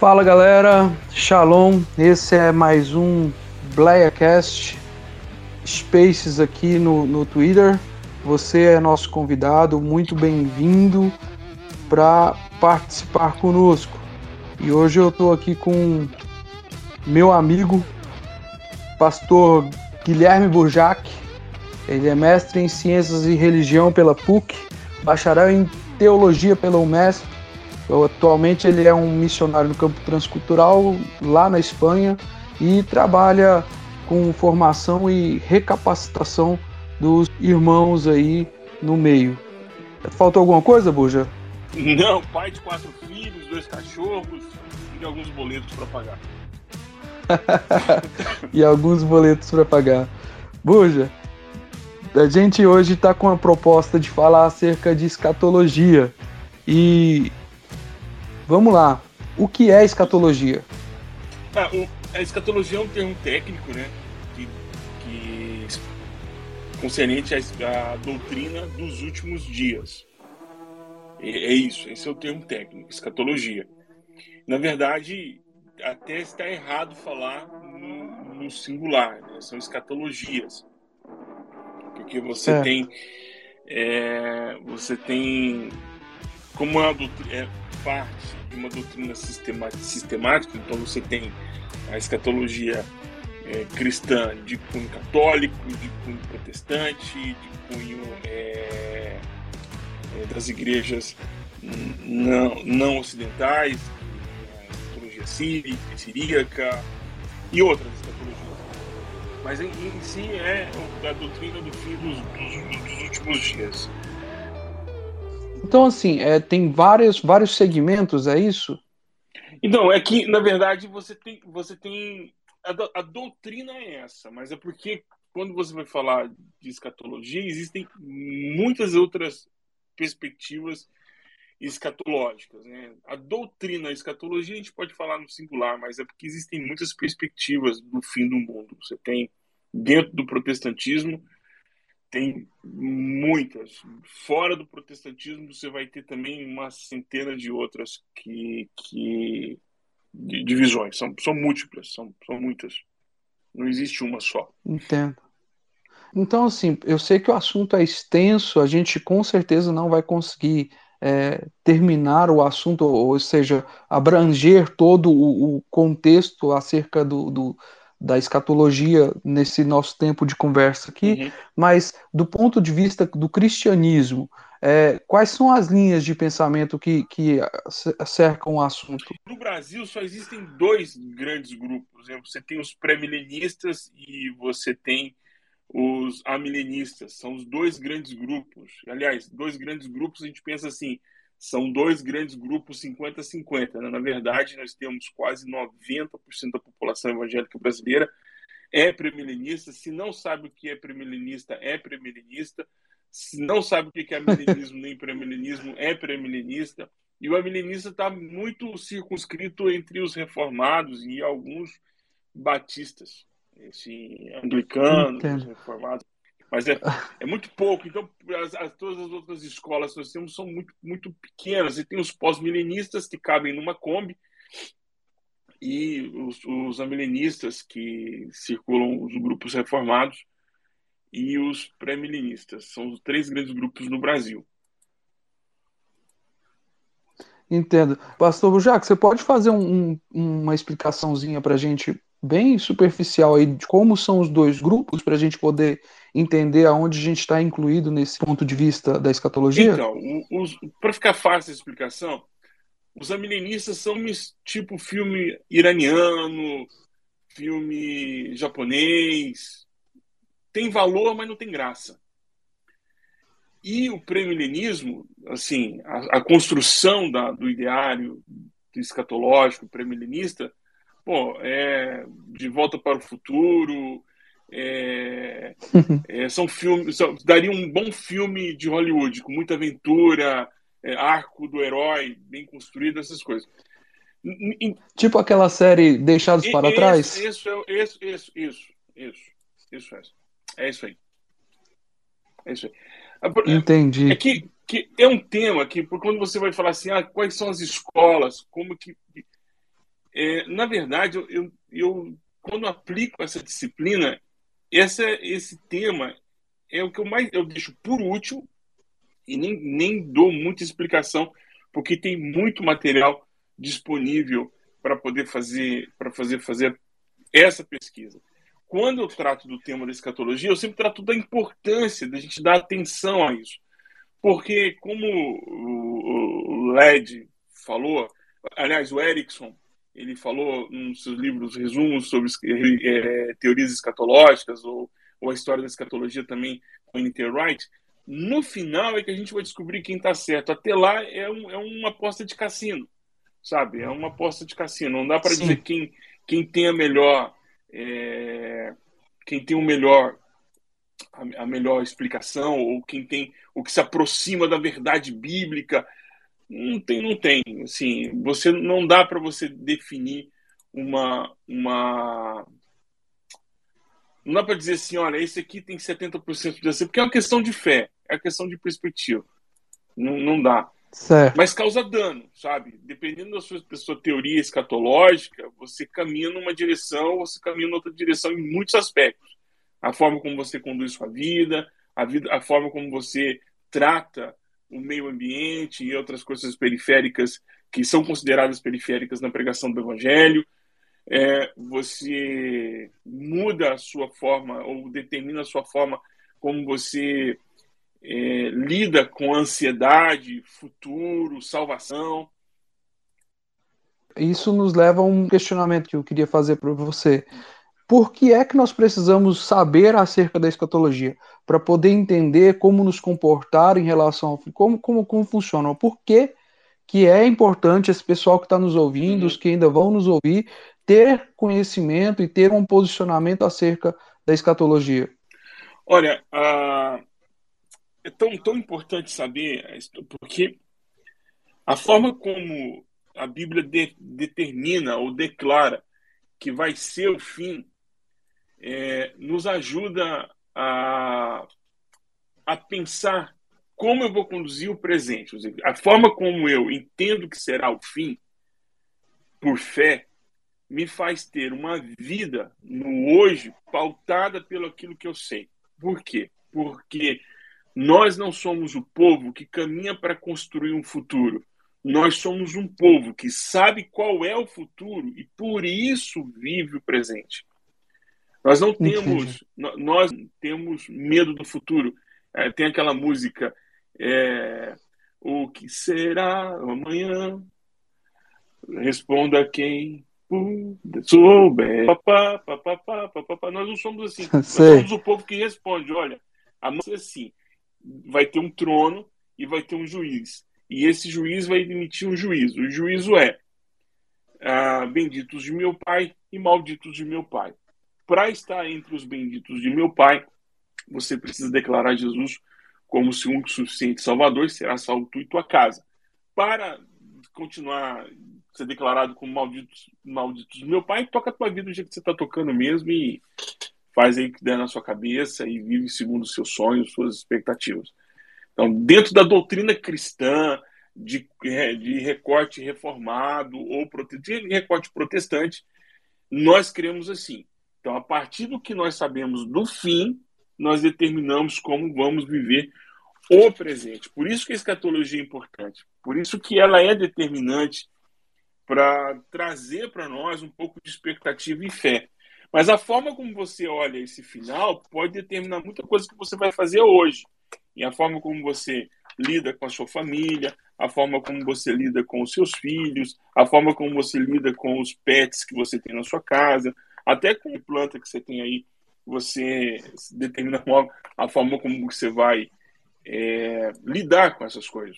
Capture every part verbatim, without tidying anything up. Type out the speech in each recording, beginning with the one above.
Fala galera, Shalom, esse é mais um BleaCast Spaces aqui no, no Twitter. Você é nosso convidado, muito bem-vindo para participar conosco. E hoje eu estou aqui com meu amigo, pastor Guilherme Burjac. Ele é mestre em Ciências e Religião pela P U C, bacharel em Teologia pela UMESP. Atualmente ele é um missionário no campo transcultural lá na Espanha e trabalha com formação e recapacitação dos irmãos aí no meio. Faltou alguma coisa, Buja? Não, pai de quatro filhos, dois cachorros e alguns boletos para pagar. E alguns boletos para pagar. Buja, a gente hoje está com a proposta de falar acerca de escatologia. E vamos lá, o que é escatologia? Ah, o, a escatologia é um termo técnico, né, que, que concernente à, à doutrina dos últimos dias. É, é isso, esse é o termo técnico, escatologia. Na verdade, até está errado falar no, no singular, né, são escatologias, porque você É. tem, é, você tem como é, uma, é parte de uma doutrina sistemática, então você tem a escatologia é, cristã de cunho católico, de cunho protestante, de cunho é, é, das igrejas não, não ocidentais, a escatologia sírica, siríaca e outras escatologias. Mas em, em si é a doutrina do fim dos, dos, dos últimos dias. Então, assim, é, tem vários, vários segmentos, é isso? Então, é que, na verdade, você tem. Você tem a, a doutrina é essa, mas é porque quando você vai falar de escatologia, existem muitas outras perspectivas escatológicas, né? A doutrina, a escatologia, a gente pode falar no singular, mas é porque existem muitas perspectivas do fim do mundo. Você tem, dentro do protestantismo, tem muitas. Fora do protestantismo, você vai ter também uma centena de outras que, que de divisões. São, são múltiplas, são, são muitas. Não existe uma só. Entendo. Então, assim, eu sei que o assunto é extenso, a gente com certeza não vai conseguir é, terminar o assunto, ou seja, abranger todo o, o contexto acerca do, do, da escatologia nesse nosso tempo de conversa aqui, Uhum. mas do ponto de vista do cristianismo, é, quais são as linhas de pensamento que, que cercam o assunto? No Brasil só existem dois grandes grupos, né? Você tem os pré-milenistas e você tem os amilenistas. São os dois grandes grupos. Aliás, dois grandes grupos, a gente pensa assim, são dois grandes grupos cinquenta a cinquenta, né? Na verdade, nós temos quase noventa por cento da população evangélica brasileira é pré-milenista. Se não sabe o que é pré-milenista, é pré-milenista. Se não sabe o que é amilenismo nem pré-milenismo, é pré-milenista. E o amilenista está muito circunscrito entre os reformados e alguns batistas, esse, anglicanos, Entendo. reformados. Mas é, é muito pouco. Então, as, as, todas as outras escolas que nós temos são muito, muito pequenas. E tem os pós-milenistas que cabem numa Kombi, e os, os amilenistas, que circulam os grupos reformados, e os pré-milenistas. São os três grandes grupos no Brasil. Entendo. Pastor Jacques, você pode fazer um, um, uma explicaçãozinha para a gente, bem superficial, aí, de como são os dois grupos, para a gente poder entender aonde a gente está incluído nesse ponto de vista da escatologia? Então, para ficar fácil a explicação, os amilenistas são tipo filme iraniano, filme japonês. Tem valor, mas não tem graça. E o pré-milenismo, assim, a, a construção da, do ideário escatológico pré-milenista, pô, é De Volta para o Futuro, é, é, são filmes, são, daria um bom filme de Hollywood, com muita aventura, é, arco do herói bem construído, essas coisas. Tipo aquela série Deixados para Isso, Trás? isso, isso, isso, isso, isso, isso, é isso aí. É isso aí. É Entendi. que, que é um tema que, quando você vai falar assim, ah, quais são as escolas, como que... é, na verdade, eu, eu, eu, quando aplico essa disciplina, essa, esse tema é o que eu mais eu deixo por último e nem, nem dou muita explicação, porque tem muito material disponível para poder fazer, para fazer, fazer essa pesquisa. Quando eu trato do tema da escatologia, eu sempre trato da importância da gente dar atenção a isso. Porque, como o Led falou, aliás, o Erickson, ele falou nos seus livros resumos sobre é, teorias escatológicas, ou, ou a história da escatologia também com N T Wright, no final é que a gente vai descobrir quem está certo. Até lá é, um, é uma aposta de cassino, sabe? É uma aposta de cassino. Não dá para dizer quem, quem tem a melhor... É, quem tem o melhor a melhor explicação, ou quem tem o que se aproxima da verdade bíblica. Não tem, não tem. Assim, você não dá para você definir uma, uma... Não dá para dizer assim, olha, esse aqui tem setenta por cento de acerto, porque é uma questão de fé, é uma questão de perspectiva. Não, não dá. Certo. Mas causa dano, sabe? Dependendo da sua, da sua teoria escatológica, você caminha numa direção, você caminha em outra direção em muitos aspectos. A forma como você conduz sua vida, a, vida, a forma como você trata o meio ambiente e outras coisas periféricas que são consideradas periféricas na pregação do evangelho. É, você muda a sua forma ou determina a sua forma como você é, lida com ansiedade, futuro, salvação. Isso nos leva a um questionamento que eu queria fazer para você. Por que é que nós precisamos saber acerca da escatologia? Para poder entender como nos comportar em relação ao... Como, como, como funciona? Por que, que é importante esse pessoal que está nos ouvindo, uhum. os que ainda vão nos ouvir, ter conhecimento e ter um posicionamento acerca da escatologia? Olha, uh, é tão, tão importante saber, porque a forma como a Bíblia de, determina ou declara que vai ser o fim, é, nos ajuda a, a pensar como eu vou conduzir o presente. A forma como eu entendo que será o fim, por fé, me faz ter uma vida no hoje pautada pelo aquilo que eu sei. Por quê? Porque nós não somos o povo que caminha para construir um futuro. Nós somos um povo que sabe qual é o futuro e por isso vive o presente. Nós não temos, nós temos medo do futuro. É, tem aquela música, é, o que será amanhã? Responda quem souber. Papá, papá, papá, papá. Nós não somos assim. Nós somos o povo que responde. Olha, a música é assim. Vai ter um trono e vai ter um juiz. E esse juiz vai emitir um juízo. O juízo é ah, benditos de meu pai e malditos de meu pai. Para estar entre os benditos de meu pai, você precisa declarar Jesus como o seu único suficiente Salvador, será salvo tu e tua casa. Para continuar ser declarado como malditos, malditos de meu pai, toca a tua vida do jeito que você está tocando mesmo e faz aí o que der na sua cabeça e vive segundo os seus sonhos, suas expectativas. Então, dentro da doutrina cristã, de, de recorte reformado ou de recorte protestante, nós cremos assim. Então, a partir do que nós sabemos do fim, nós determinamos como vamos viver o presente. Por isso que a escatologia é importante. Por isso que ela é determinante para trazer para nós um pouco de expectativa e fé. Mas a forma como você olha esse final pode determinar muita coisa que você vai fazer hoje. E a forma como você lida com a sua família, a forma como você lida com os seus filhos, a forma como você lida com os pets que você tem na sua casa, até com a planta que você tem aí, você determina a forma como você vai é, lidar com essas coisas.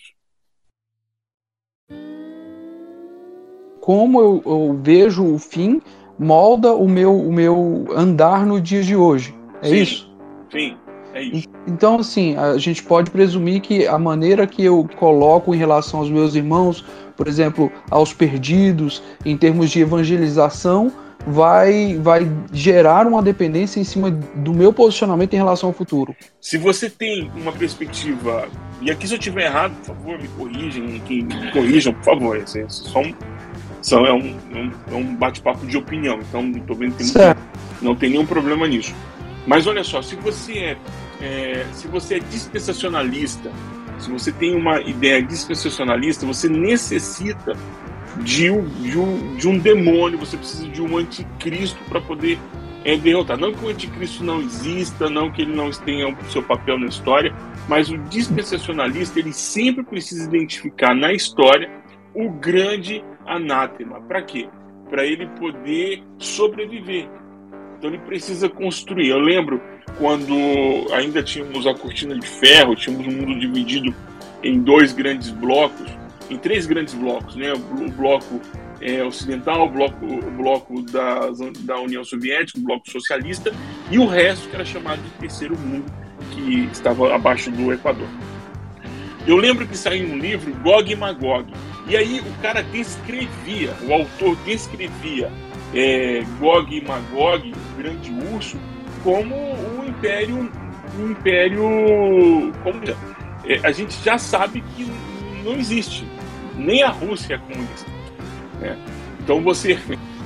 Como eu, eu vejo o fim molda o meu, o meu andar no dia de hoje. É sim, isso? Sim, é isso. Então, assim, a gente pode presumir que a maneira que eu coloco em relação aos meus irmãos, por exemplo, aos perdidos, em termos de evangelização, vai, vai gerar uma dependência em cima do meu posicionamento em relação ao futuro. Se você tem uma perspectiva, e aqui se eu estiver errado, por favor, me corrijam, me corrijam, por favor, isso é só um, São, é um, um, é um bate-papo de opinião, então não tô vendo que tem muito, não tem nenhum problema nisso. Mas olha só, se você é, é, se você é dispensacionalista, se você tem uma ideia dispensacionalista, você necessita de um, de um, de um demônio, você precisa de um anticristo para poder é, derrotar. Não que o anticristo não exista, não que ele não tenha o seu papel na história, mas o dispensacionalista, ele sempre precisa identificar na história o grande anátema. Para quê? Para ele poder sobreviver. Então ele precisa construir. Eu lembro quando ainda tínhamos a cortina de ferro, tínhamos um mundo dividido em dois grandes blocos, em três grandes blocos, né? O bloco é, ocidental, o bloco, o bloco da, da União Soviética, o bloco socialista, e o resto que era chamado de terceiro mundo, que estava abaixo do Equador. Eu lembro que saiu um livro, Gog e Magog, e aí o cara descrevia, o autor descrevia é, Gog e Magog, o grande urso, como um império, um império, como é, a gente já sabe que não existe, nem a Rússia é comunista, né? Então você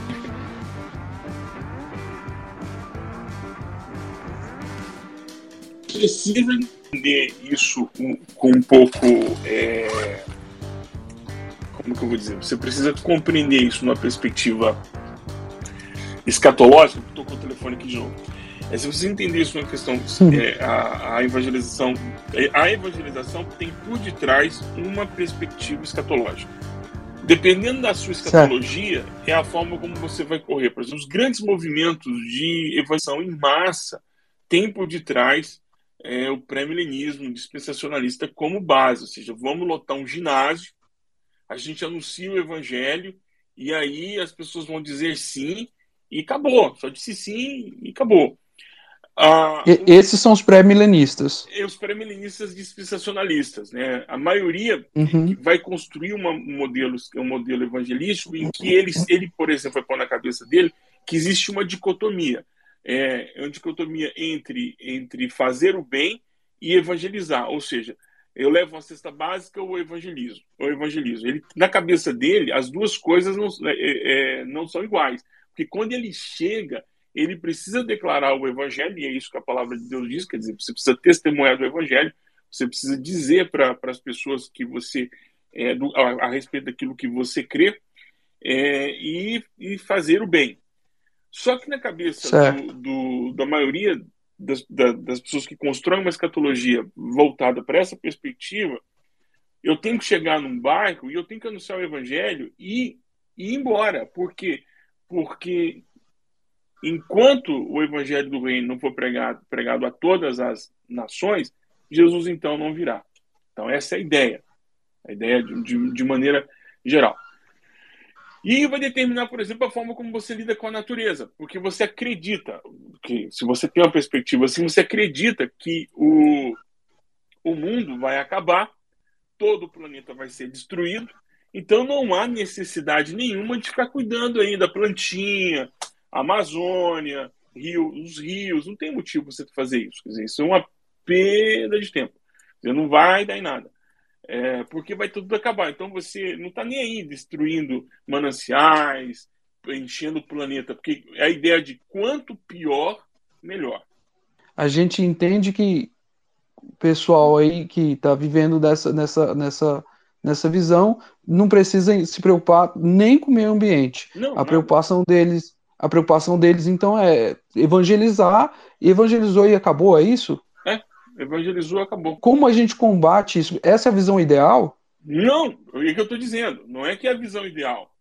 precisa entender isso com, com um pouco, é, como que eu vou dizer? Você precisa compreender isso numa perspectiva escatológica. Estou com o telefone aqui de novo. É, se você entender isso numa questão, é, a, a evangelização, a evangelização tem por detrás uma perspectiva escatológica. Dependendo da sua escatologia, certo, é a forma como você vai correr. Por exemplo, os grandes movimentos de evangelização em massa têm por detrás é, o pré-milenismo dispensacionalista como base. Ou seja, vamos lotar um ginásio, a gente anuncia o evangelho, e aí as pessoas vão dizer sim, e acabou. Só disse sim e acabou. Ah, e, esses são os pré-milenistas. Os pré-milenistas dispensacionalistas, né? A maioria uhum. que, que vai construir uma, um, modelo, um modelo evangelístico em que ele, ele, por exemplo, vai pôr na cabeça dele que existe uma dicotomia. É, uma dicotomia entre, entre fazer o bem e evangelizar. Ou seja, eu levo uma cesta básica ou evangelizo. Ou evangelizo. Ele, na cabeça dele, as duas coisas não, é, é, não são iguais. Porque quando ele chega, ele precisa declarar o evangelho, e é isso que a palavra de Deus diz, quer dizer, você precisa testemunhar do evangelho, você precisa dizer para as pessoas que você, é, do, a, a respeito daquilo que você crê, é, e, e fazer o bem. Só que na cabeça do, do, da maioria das, da, das pessoas que constroem uma escatologia voltada para essa perspectiva, eu tenho que chegar num barco e eu tenho que anunciar o evangelho e, e ir embora. Por quê? Porque enquanto o evangelho do reino não for pregado, pregado a todas as nações, Jesus então não virá. Então essa é a ideia. A ideia de, de, de maneira geral. E vai determinar, por exemplo, a forma como você lida com a natureza. Porque você acredita, que se você tem uma perspectiva assim, você acredita que o, o mundo vai acabar, todo o planeta vai ser destruído, então não há necessidade nenhuma de ficar cuidando aí da plantinha, Amazônia, rio, os rios, não tem motivo você fazer isso. Quer dizer, isso é uma perda de tempo. Você não vai dar em nada. É, porque vai tudo acabar. Então você não está nem aí destruindo mananciais, enchendo o planeta, porque é a ideia de quanto pior, melhor. A gente entende que o pessoal aí que está vivendo dessa, nessa, nessa, nessa visão não precisa se preocupar nem com o meio ambiente. Não, a nada. preocupação deles, a preocupação deles então é evangelizar, e evangelizou e acabou, é isso? É, evangelizou, acabou. Como a gente combate isso? Essa é a visão ideal? Não, é o que eu estou dizendo. Não é que é a visão ideal.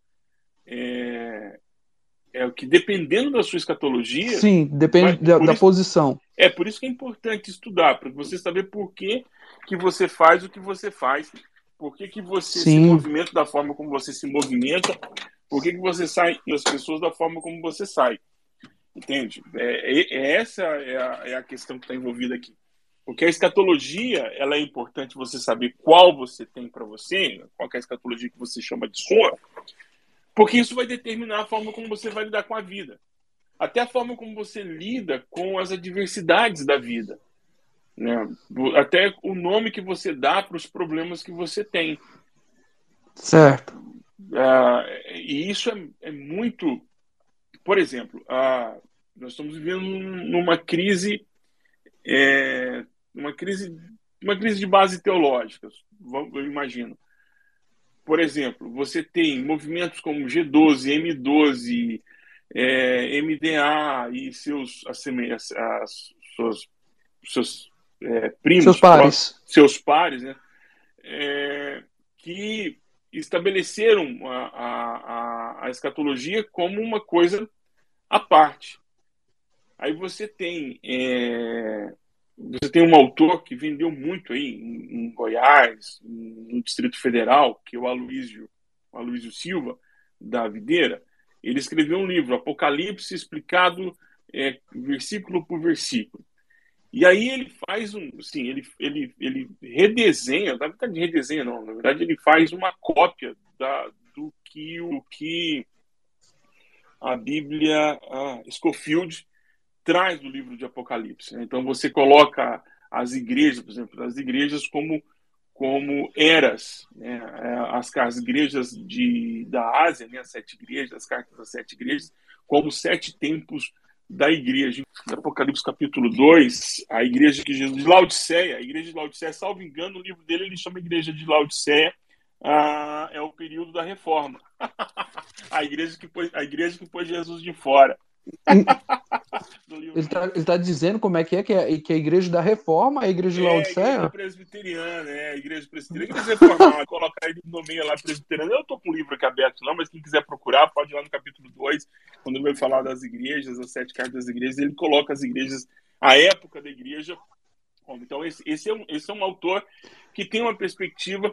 É, é o que, dependendo da sua escatologia... Sim, depende vai, da, da isso, posição. É, por isso que é importante estudar, para você saber por que, que você faz o que você faz, por que, que você Sim. se movimenta da forma como você se movimenta, por que, que você sai das pessoas da forma como você sai. Entende? É, é, é essa é a, é a questão que está envolvida aqui. Porque a escatologia, ela é importante você saber qual você tem para você, qual é a escatologia que você chama de sua, porque isso vai determinar a forma como você vai lidar com a vida. Até a forma como você lida com as adversidades da vida. Né? Até o nome que você dá para os problemas que você tem. Certo. Uh, e isso é, é muito... Por exemplo, uh, nós estamos vivendo numa crise, é, uma crise, uma crise de base teológica, eu imagino. Por exemplo, você tem movimentos como G doze, M doze, é, M D A e seus, as, as, suas, seus é, Seus primos, pares. seus pares, né? É, que estabeleceram a, a, a escatologia como uma coisa à parte. Aí você tem é, você tem um autor que vendeu muito aí em, em Goiás, no Distrito Federal, que é o Aloísio, o Aloísio Silva, da Videira. Ele escreveu um livro, Apocalipse, explicado é, versículo por versículo. E aí ele faz um, sim, ele, ele, ele redesenha, na verdade redesenha não, na verdade ele faz uma cópia da, do que o que a Bíblia a Scofield traz do livro de Apocalipse. Então você coloca as igrejas, por exemplo, as igrejas como como eras, né? as, as igrejas de, da Ásia, né? As sete igrejas, as cartas das sete igrejas, como sete tempos da igreja. No Apocalipse capítulo dois, a igreja que Jesus, de Laodiceia, a igreja de Laodiceia, salvo engano, o livro dele ele chama igreja de Laodiceia, ah, é o período da reforma. a, igreja que pôs, a igreja que pôs Jesus de fora. Ele está ele tá dizendo como é que é, que é que a igreja da Reforma, a igreja de É, a igreja Laodiceia? presbiteriana, é, a igreja presbiteriana, a igreja reformada, colocar ele no meio lá presbiteriana. Eu estou com o livro aqui aberto, não, mas quem quiser procurar, pode ir lá no capítulo dois, quando ele vai falar das igrejas, as sete cartas das igrejas, ele coloca as igrejas, a época da igreja. Então, esse, esse, é, um, esse é um autor que tem uma perspectiva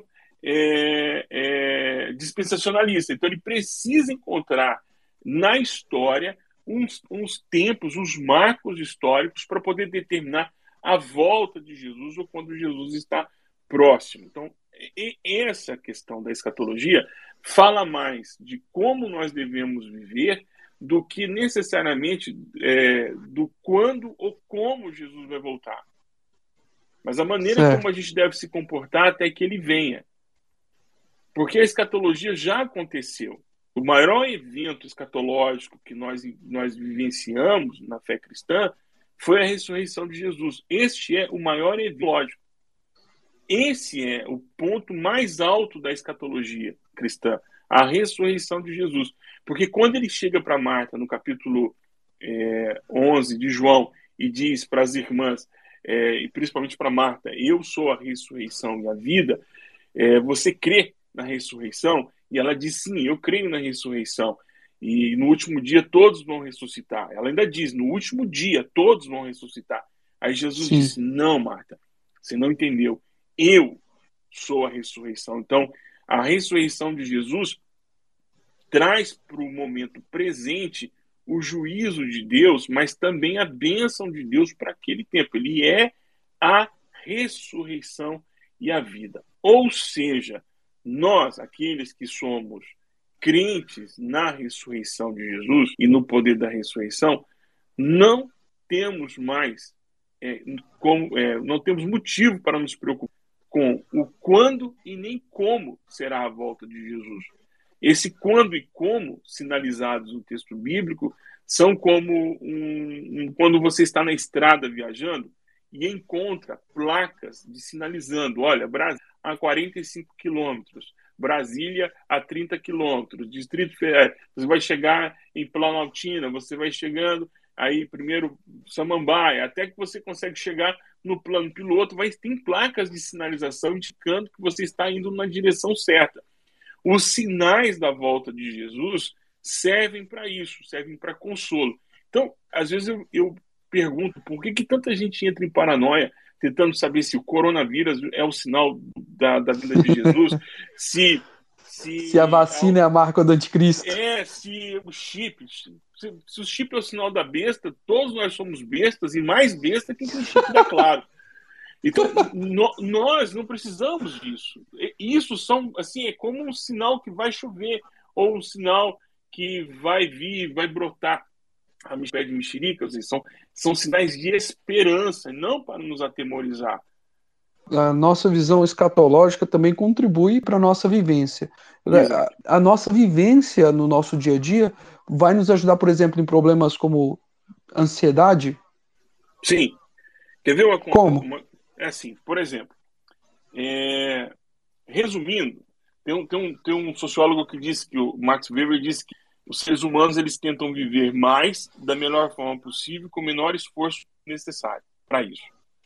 é, é, dispensacionalista. Então, ele precisa encontrar na história uns, uns tempos, uns marcos históricos para poder determinar a volta de Jesus ou quando Jesus está próximo. Então, e, essa questão da escatologia fala mais de como nós devemos viver do que necessariamente é, do quando ou como Jesus vai voltar. Mas a maneira Certo. como a gente deve se comportar até que ele venha. Porque a escatologia já aconteceu. O maior evento escatológico que nós, nós vivenciamos na fé cristã foi a ressurreição de Jesus. Este é o maior evento lógico. Esse é o ponto mais alto da escatologia cristã, a ressurreição de Jesus. Porque quando ele chega para Marta, no capítulo é, onze de João, e diz para as irmãs, é, e principalmente para Marta, eu sou a ressurreição e a vida, é, você crê na ressurreição? E ela diz, sim, eu creio na ressurreição. E no último dia todos vão ressuscitar. Ela ainda diz, no último dia todos vão ressuscitar. Aí Jesus Sim. disse, não, Marta, você não entendeu. Eu sou a ressurreição. Então, a ressurreição de Jesus traz para o momento presente o juízo de Deus, mas também a bênção de Deus para aquele tempo. Ele é a ressurreição e a vida. Ou seja, nós, aqueles que somos crentes na ressurreição de Jesus e no poder da ressurreição, não temos mais, é, como, é, não temos motivo para nos preocupar com o quando e nem como será a volta de Jesus. Esse quando e como, sinalizados no texto bíblico, são como um, um, quando você está na estrada viajando e encontra placas de sinalizando, olha, Brasil a quarenta e cinco quilômetros, Brasília a trinta quilômetros, Distrito Federal, você vai chegar em Planaltina, você vai chegando aí primeiro Samambaia, até que você consegue chegar no plano piloto, vai ter placas de sinalização indicando que você está indo na direção certa. Os sinais da volta de Jesus servem para isso, servem para consolo. Então, às vezes eu, eu pergunto por que, que tanta gente entra em paranoia tentando saber se o coronavírus é o sinal da, da vinda de Jesus, se, se, se a vacina é a marca do anticristo. É, se o chip, se, se o chip é o sinal da besta, todos nós somos bestas e mais besta que o chip da Claro. Então, no, nós não precisamos disso. Isso são, assim, é como um sinal que vai chover ou um sinal que vai vir, vai brotar a pé de mexerica. São, são sinais de esperança, não para nos atemorizar. a nossa visão escatológica também contribui para a nossa vivência. Exato. A, a nossa vivência no nosso dia a dia vai nos ajudar, por exemplo, em problemas como ansiedade. Sim. Quer ver uma, Como? uma é assim, por exemplo, é, resumindo, tem um, tem, um, tem um sociólogo que disse que o Max Weber disse que os seres humanos eles tentam viver mais da melhor forma possível com o menor esforço necessário para isso.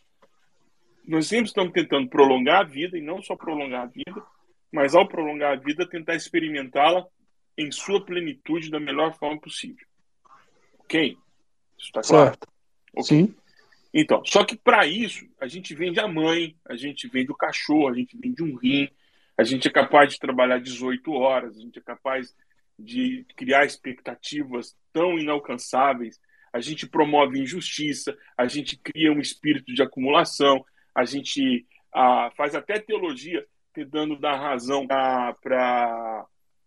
Nós sempre estamos tentando prolongar a vida e não só prolongar a vida, mas ao prolongar a vida tentar experimentá-la em sua plenitude da melhor forma possível. Ok? Isso está claro? Certo. Ok. Sim. Então, só que para isso, a gente vende a mãe, a gente vende o cachorro, a gente vende um rim, a gente é capaz de trabalhar dezoito horas, a gente é capaz de criar expectativas tão inalcançáveis, a gente promove injustiça, a gente cria um espírito de acumulação, a gente ah, faz até teologia tentando dar razão para.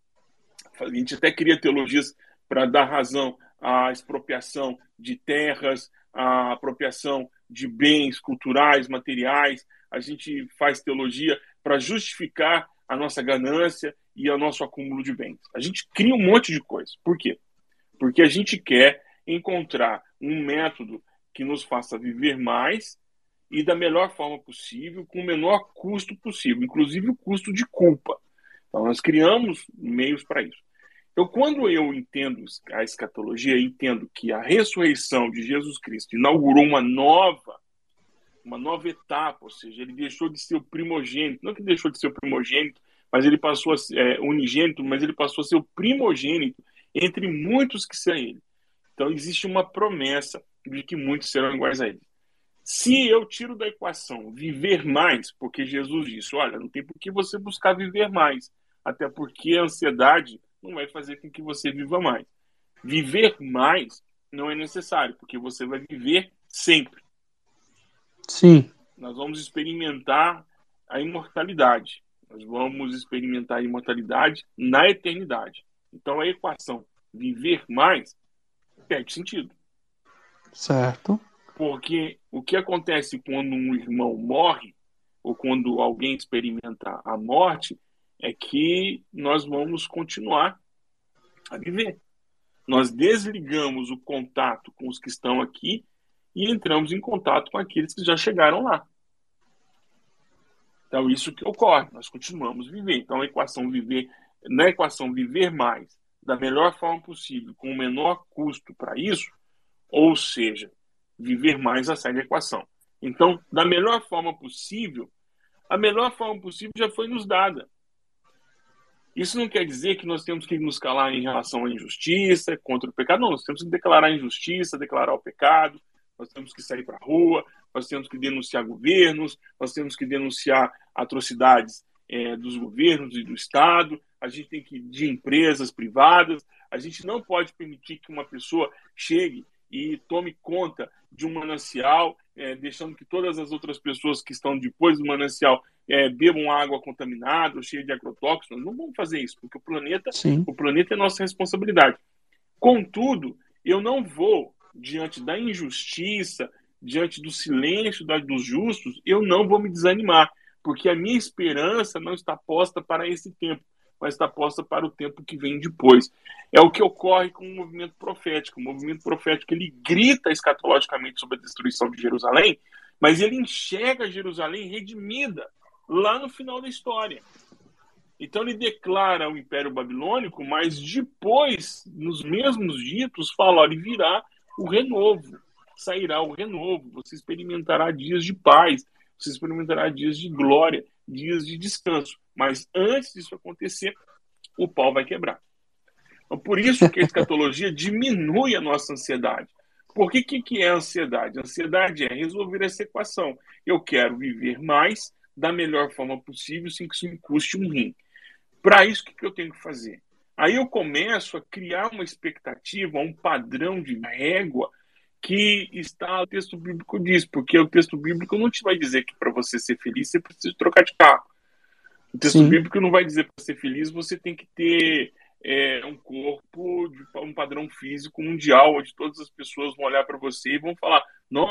A gente até cria teologias para dar razão à expropriação de terras, à apropriação de bens culturais, materiais. A gente faz teologia para justificar a nossa ganância e o nosso acúmulo de bens. A gente cria um monte de coisa. Por quê? Porque a gente quer encontrar um método que nos faça viver mais e da melhor forma possível, com o menor custo possível, inclusive o custo de culpa. Então, nós criamos meios para isso. Então, quando eu entendo a escatologia, entendo que a ressurreição de Jesus Cristo inaugurou uma nova, uma nova etapa, ou seja, ele deixou de ser o primogênito, não que deixou de ser o primogênito, mas ele passou a ser é, unigênito, mas ele passou a ser o primogênito entre muitos que serão ele. Então, existe uma promessa de que muitos serão iguais a ele. Se eu tiro da equação viver mais, porque Jesus disse, olha, não tem por que você buscar viver mais, até porque a ansiedade não vai fazer com que você viva mais. Viver mais não é necessário, porque você vai viver sempre. Sim. Nós vamos experimentar a imortalidade. Nós vamos experimentar a imortalidade na eternidade. Então a equação viver mais perde sentido. Certo. Porque o que acontece quando um irmão morre, ou quando alguém experimenta a morte, é que nós vamos continuar a viver. Nós desligamos o contato com os que estão aqui e entramos em contato com aqueles que já chegaram lá. Então, isso que ocorre, nós continuamos a viver. Então, a equação viver, na equação viver mais, da melhor forma possível, com o menor custo para isso, ou seja, viver mais a sair da equação. Então, da melhor forma possível, a melhor forma possível já foi nos dada. Isso não quer dizer que nós temos que nos calar em relação à injustiça, contra o pecado. Não, nós temos que declarar a injustiça, declarar o pecado, nós temos que sair para a rua, nós temos que denunciar governos, nós temos que denunciar atrocidades é, dos governos e do Estado, a gente tem que ir de empresas privadas, a gente não pode permitir que uma pessoa chegue e tome conta de um manancial, é, deixando que todas as outras pessoas que estão depois do manancial é, bebam água contaminada, cheia de agrotóxicos. Não vamos fazer isso, porque o planeta, Sim. o planeta é nossa responsabilidade. Contudo, eu não vou, diante da injustiça, diante do silêncio dos justos, eu não vou me desanimar, porque a minha esperança não está posta para esse tempo, mas está posta para o tempo que vem depois. É o que ocorre com o movimento profético. O movimento profético, ele grita escatologicamente sobre a destruição de Jerusalém, mas ele enxerga Jerusalém redimida lá no final da história. Então ele declara o Império Babilônico, mas depois, nos mesmos ditos, fala, olha, virá o renovo, sairá o renovo, você experimentará dias de paz, você experimentará dias de glória, dias de descanso. Mas antes disso acontecer, o pau vai quebrar. Então, por isso que a escatologia diminui a nossa ansiedade. Por que, que é a ansiedade? A ansiedade é resolver essa equação. Eu quero viver mais da melhor forma possível sem que isso me custe um rim. Para isso, o que, que eu tenho que fazer? Aí eu começo a criar uma expectativa, um padrão de régua que está, o texto bíblico diz, porque o texto bíblico não te vai dizer que para você ser feliz você precisa trocar de carro. O texto Sim. bíblico não vai dizer que para ser feliz você tem que ter é, um corpo, de, um padrão físico mundial, onde todas as pessoas vão olhar para você e vão falar, nossa,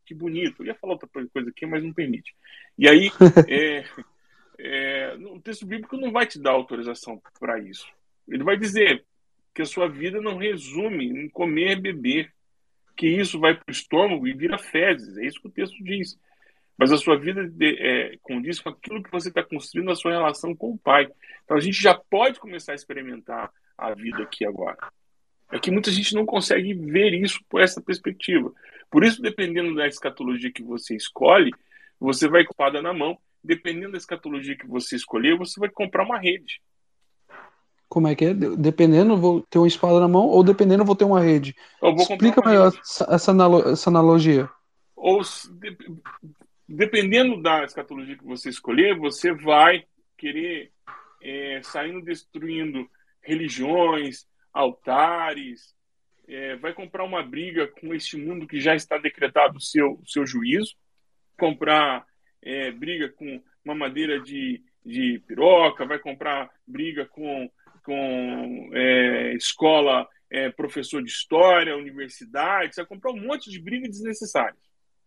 que bonito. Eu ia falar outra coisa aqui, mas não permite. E aí, é, é, o texto bíblico não vai te dar autorização para isso. Ele vai dizer que a sua vida não resume em comer e beber, que isso vai para o estômago e vira fezes. É isso que o texto diz. Mas a sua vida é, condiz com aquilo que você está construindo na sua relação com o Pai. Então a gente já pode começar a experimentar a vida aqui agora. É que muita gente não consegue ver isso por essa perspectiva. Por isso, dependendo da escatologia que você escolhe, você vai com a espada na mão. Dependendo da escatologia que você escolher, você vai comprar uma rede. Como é que é? Dependendo, eu vou ter uma espada na mão, ou dependendo, eu vou ter uma rede. Eu vou comprar Explica uma melhor rede. essa, essa, analo essa analogia. Ou, dependendo da escatologia que você escolher, você vai querer é, saindo destruindo religiões, altares, é, vai comprar uma briga com este mundo que já está decretado o seu, seu juízo, comprar é, briga com mamadeira de, de piroca, vai comprar briga com, com é, escola, é, professor de história, universidade, você vai comprar um monte de briga desnecessária.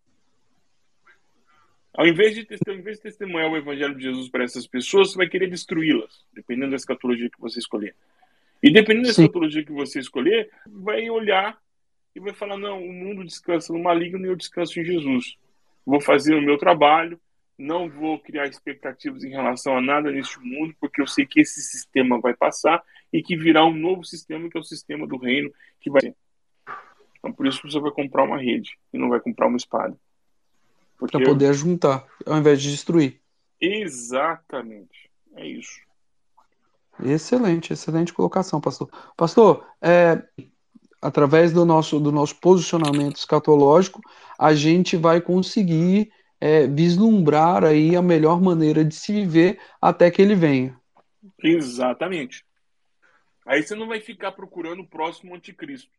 Ao invés, de, ao invés de testemunhar o evangelho de Jesus para essas pessoas, você vai querer destruí-las, dependendo da escatologia que você escolher. E dependendo da Sim. escatologia que você escolher, vai olhar e vai falar, não, o mundo descansa no maligno e eu descanso em Jesus. Vou fazer o meu trabalho, não vou criar expectativas em relação a nada neste mundo, porque eu sei que esse sistema vai passar e que virá um novo sistema, que é o sistema do reino, que vai ser. Então, por isso você vai comprar uma rede e não vai comprar uma espada. Para poder juntar, ao invés de destruir. Exatamente. É isso. Excelente, excelente colocação, pastor. Pastor, é, através do nosso, do nosso posicionamento escatológico, a gente vai conseguir é, vislumbrar aí a melhor maneira de se viver até que ele venha. Exatamente. Aí você não vai ficar procurando o próximo anticristo.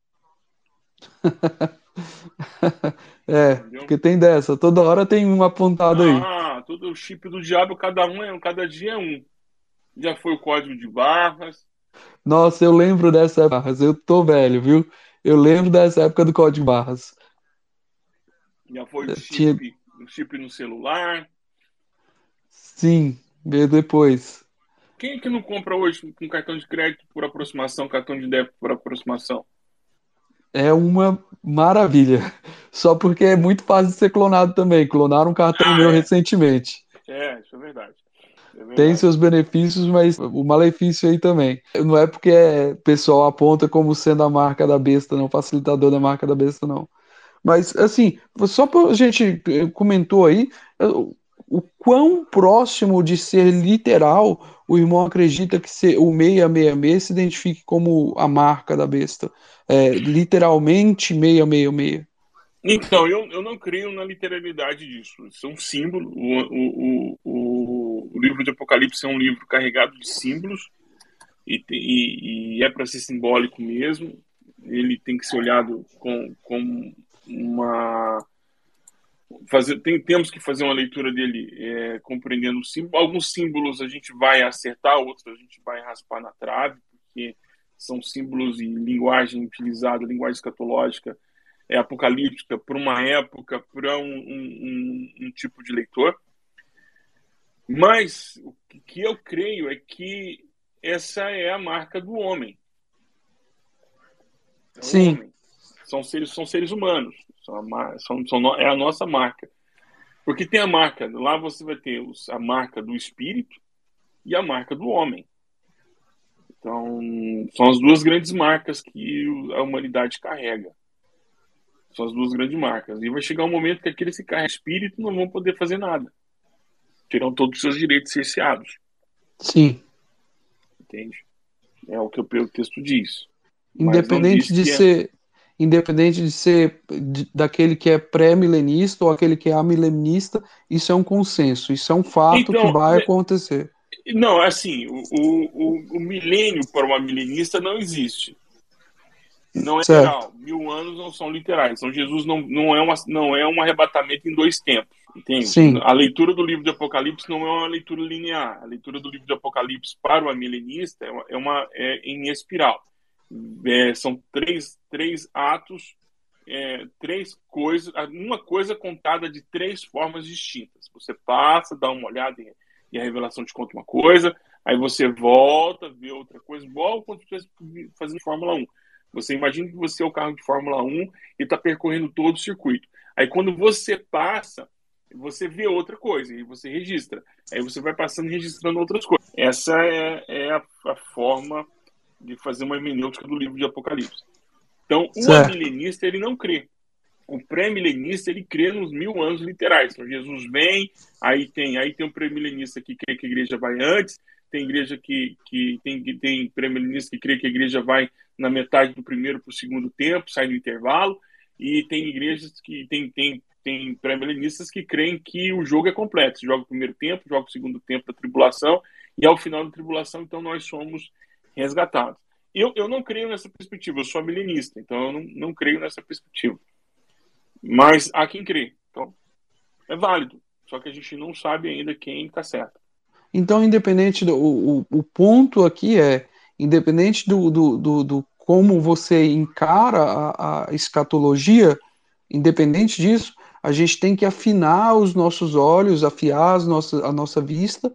É, Entendeu? porque tem dessa, toda hora tem um apontado aí. Ah, todo o chip do diabo, cada um é um, cada dia é um. Já foi o código de barras. Nossa, eu lembro dessa época, eu tô velho, viu? Eu lembro dessa época do Código Barras. Já foi o Tinha, chip, o chip no celular. sim, veio depois. Quem é que não compra hoje com cartão de crédito por aproximação, cartão de débito por aproximação? É uma maravilha. Só porque é muito fácil de ser clonado também. Clonaram um cartão Ah, meu é. recentemente. É, isso é verdade. É Tem verdade. seus benefícios, mas o malefício aí também. Não é porque é, o pessoal aponta como sendo a marca da besta, não, facilitador da marca da besta, não. Mas, assim, só para a gente eh, comentou aí, eh, o quão próximo de ser literal o irmão acredita que ser, o seiscentos e sessenta e seis se identifique como a marca da besta. É, literalmente seiscentos e sessenta e seis. Então, eu, eu não creio na literalidade disso. Isso é um símbolo. O, o, o, o livro de Apocalipse é um livro carregado de símbolos e, e, e é para ser simbólico mesmo. Ele tem que ser olhado com, com uma. Fazer, tem, temos que fazer uma leitura dele é, compreendendo o símbolo. Alguns símbolos a gente vai acertar, outros a gente vai raspar na trave, porque são símbolos e linguagem utilizada, linguagem escatológica é, apocalíptica para uma época, para um, um, um, um tipo de leitor. Mas o que eu creio é que essa é a marca do homem. É o Sim, homem. São seres, são seres humanos. São a, são, são, é a nossa marca. Porque tem a marca, lá você vai ter os, a marca do espírito e a marca do homem. Então, são as duas grandes marcas que a humanidade carrega. São as duas grandes marcas. E vai chegar um momento que aqueles que carregam espírito não vão poder fazer nada. Terão todos os seus direitos cerceados. sim. Entende? É o que o texto diz. Mas não Independente diz de que é. ser, independente de ser de- daquele que é pré-milenista ou aquele que é amilenista, isso é um consenso, isso é um fato que Então, vai acontecer. não, assim, o, o, o milênio para uma milenista não existe. Não é Certo. literal. Mil anos não são literais. Então, Jesus não, não, é uma, não é um arrebatamento em dois tempos. Entende? Sim, A leitura do livro de Apocalipse não é uma leitura linear. A leitura do livro de Apocalipse para o amilenista é uma, é uma é em espiral. É, são três, três atos é, três coisas, uma coisa contada de três formas distintas. Você passa, dá uma olhada e, e a revelação te conta uma coisa, aí você volta, vê outra coisa, igual quando você está fazendo Fórmula um. Você imagina que você é o carro de Fórmula um e está percorrendo todo o circuito. Aí quando você passa, você vê outra coisa e você registra. Aí você vai passando e registrando outras coisas. Essa é, é a, a forma de fazer uma hermenêutica do livro de Apocalipse. Então, o Certo. amilenista, ele não crê. O pré-milenista, ele crê nos mil anos literais. Então, Jesus vem, aí tem, aí tem um pré-milenista que crê que a igreja vai antes, tem igreja que, que tem, tem pré-milenista que crê que a igreja vai na metade do primeiro para o segundo tempo, sai no intervalo, e tem igrejas que tem, tem, tem pré-milenistas que creem que o jogo é completo. Você joga o primeiro tempo, joga o segundo tempo da tribulação, e ao final da tribulação, então, nós somos resgatados. Eu, eu não creio nessa perspectiva, eu sou milenista, então eu não, não creio nessa perspectiva. Mas há quem crê. Então, é válido. Só que a gente não sabe ainda quem está certo. Então, independente do o, o ponto aqui é, independente do, do, do, do como você encara a, a escatologia, independente disso, a gente tem que afinar os nossos olhos, afiar as nossas, a nossa vista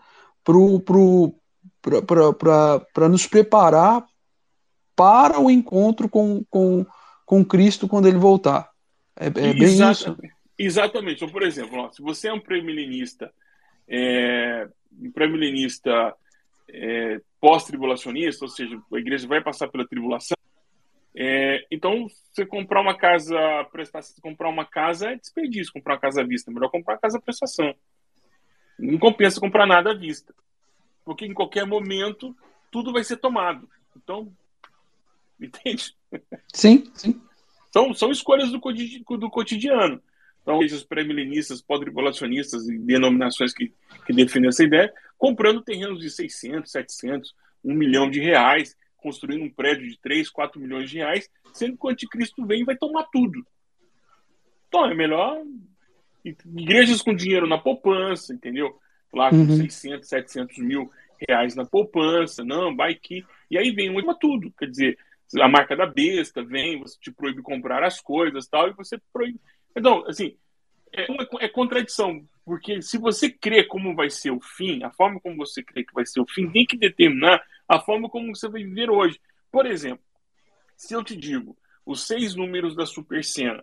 para nos preparar para o encontro com, com, com Cristo quando ele voltar. É, é bem Exata, isso? exatamente. Então, por exemplo, ó, se você é um pré-milenista, é, um pré-milenista é, pós-tribulacionista, ou seja, a igreja vai passar pela tribulação, é, então você comprar uma casa, prestar, comprar uma casa é desperdício, comprar uma casa à vista. É melhor comprar uma casa à prestação. Não compensa comprar nada à vista. Porque em qualquer momento tudo vai ser tomado. Então, entende? Sim, sim. São, são escolhas do, do cotidiano. Então, esses pré-milenistas, pós-tribulacionistas e denominações que, que defendem essa ideia, comprando terrenos de seiscentos, setecentos, um milhão de reais, construindo um prédio de três, quatro milhões de reais, sendo que o anticristo vem e vai tomar tudo. Então, é melhor igrejas com dinheiro na poupança, entendeu? Lá com Uhum. seiscentos, setecentos mil reais na poupança, não, vai que... E aí vem uma tudo, quer dizer, a marca da besta vem, você te proíbe comprar as coisas tal, e você proíbe... Então, assim, é, uma, é contradição, porque se você crê como vai ser o fim, a forma como você crê que vai ser o fim, tem que determinar a forma como você vai viver hoje. Por exemplo, se eu te digo os seis números da Super Sena,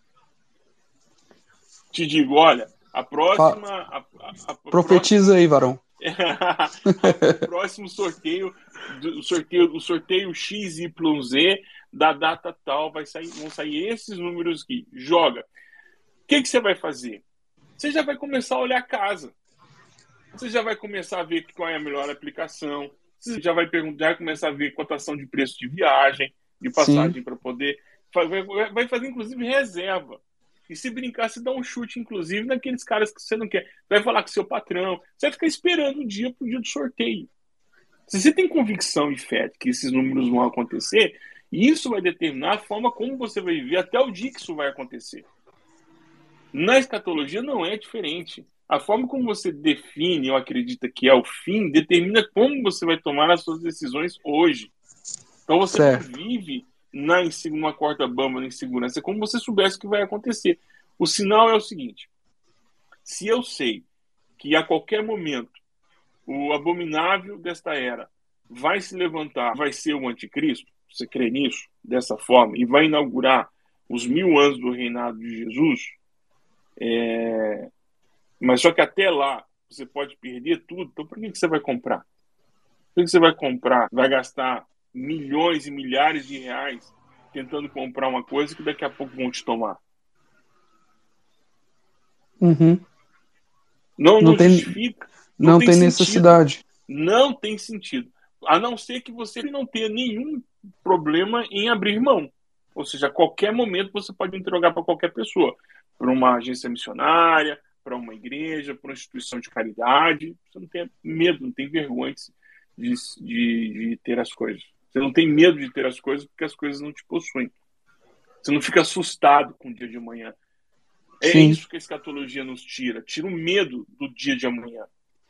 te digo, olha, a próxima... A, a, a Profetiza próxima aí, varão. o próximo sorteio, o sorteio, o sorteio X Y Z da data tal, vai sair, vão sair esses números aqui. Joga. O que, que você vai fazer? Você já vai começar a olhar a casa. Você já vai começar a ver qual é a melhor aplicação. Você já vai perguntar, vai começar a ver cotação de preço de viagem, de Sim. passagem para poder. Vai, vai fazer, inclusive, reserva. E se brincar, se dá um chute, inclusive, naqueles caras que você não quer. Vai falar com seu patrão. Você vai ficar esperando o dia para o dia do sorteio. Se você tem convicção e fé de que esses números vão acontecer, isso vai determinar a forma como você vai viver até o dia que isso vai acontecer. Na escatologia não é diferente. A forma como você define ou acredita que é o fim determina como você vai tomar as suas decisões hoje. Então você Certo. não vive na, numa corda bamba, na insegurança, é como se você soubesse o que vai acontecer. O sinal é o seguinte: se eu sei que a qualquer momento o abominável desta era vai se levantar, vai ser o anticristo, você crê nisso, dessa forma, e vai inaugurar os mil anos do reinado de Jesus, é... mas só que até lá você pode perder tudo, então por que você vai comprar? Por que você vai comprar? Vai gastar milhões e milhares de reais tentando comprar uma coisa que daqui a pouco vão te tomar. Uhum. Não, Não não tem, justifica, não não tem tem sentido. necessidade. Não tem sentido. A não ser que você não tenha nenhum problema em abrir mão. Ou seja, a qualquer momento você pode entregar para qualquer pessoa. Para uma agência missionária, para uma igreja, para uma instituição de caridade. Você não tem medo, não tem vergonha de, de, de ter as coisas. Você não tem medo de ter as coisas porque as coisas não te possuem. Você não fica assustado com o dia de amanhã. É Sim. isso que a escatologia nos tira. Tira o medo do dia de amanhã.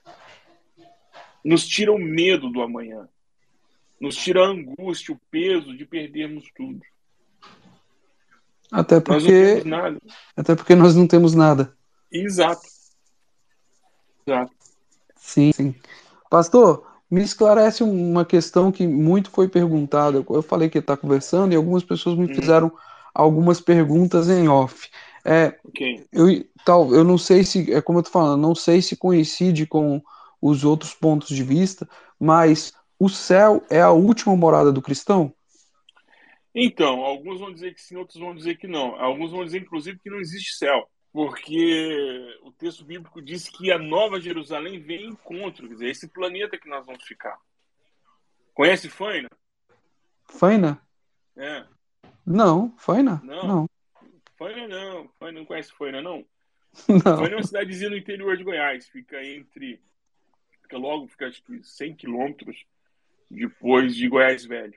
Nos tira o medo do amanhã. Nos tira a angústia, o peso de perdermos tudo. Até Nós não temos porque, nada. até porque nós não temos nada. Exato, exato. Sim, sim. Pastor, me esclarece uma questão que muito foi perguntada. Eu falei que está conversando e algumas pessoas me Uhum, fizeram algumas perguntas em off. É, ok. eu, tal, eu não sei se, é como eu tô falando, não sei se coincide com os outros pontos de vista, mas o céu é a última morada do cristão? Então, alguns vão dizer que sim, outros vão dizer que não. Alguns vão dizer, inclusive, que não existe céu, porque o texto bíblico diz que a Nova Jerusalém vem em encontro, quer dizer, esse planeta que nós vamos ficar. Conhece Faina? Faina? É, Não, Faina? não. Não, Faina não. Faina não conhece Faina, não. não. Faina é uma cidadezinha no interior de Goiás, fica entre, fica logo, fica acho que cem quilômetros depois de Goiás Velho.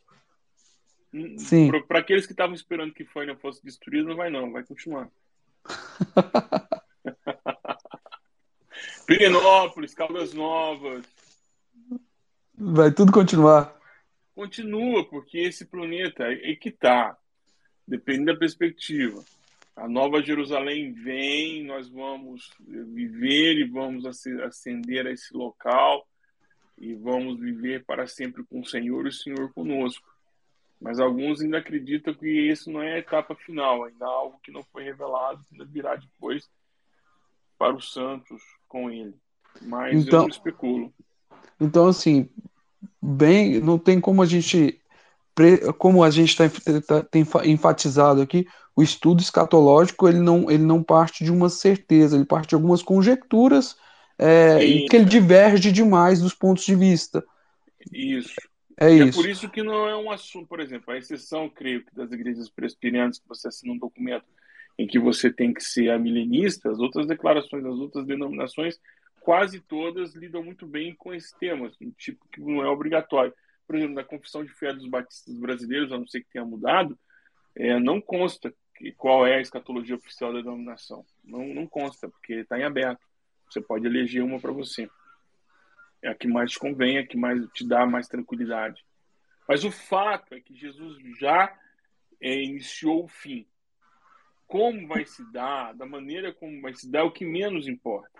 Sim. Para aqueles que estavam esperando que Faina fosse destruída, não vai não, vai continuar. Pirenópolis, Caldas Novas, Vai tudo continuar. continua, porque esse planeta é que está, depende da perspectiva. A Nova Jerusalém vem, nós vamos viver e vamos ascender a esse local e vamos viver para sempre com o Senhor e o Senhor conosco. Mas alguns ainda acreditam que isso não é a etapa final, ainda há algo que não foi revelado, que ainda virá depois para os santos com ele. Mas eu não Então, especulo. então assim, bem, não tem como a gente, pre- como a gente tá, enf- tá- tem fa- enfatizado aqui, o estudo escatológico ele não, ele não parte de uma certeza, ele parte de algumas conjecturas, é, e que ele Isso, diverge demais dos pontos de vista. isso. É E é por isso. isso que não é um assunto, por exemplo, a exceção, creio que, das igrejas presbiterianas, que você assina um documento em que você tem que ser amilenista, as outras declarações das outras denominações, quase todas lidam muito bem com esse tema, um tipo que não é obrigatório. Por exemplo, na Confissão de Fé dos Batistas Brasileiros, a não ser que tenha mudado, é, não consta que, qual é a escatologia oficial da denominação. Não, não consta, porque está em aberto. Você pode eleger uma para você. É a que mais te convém, é a que mais te dá mais tranquilidade. Mas o fato é que Jesus já é, iniciou o fim. Como vai se dar, da maneira como vai se dar, é o que menos importa.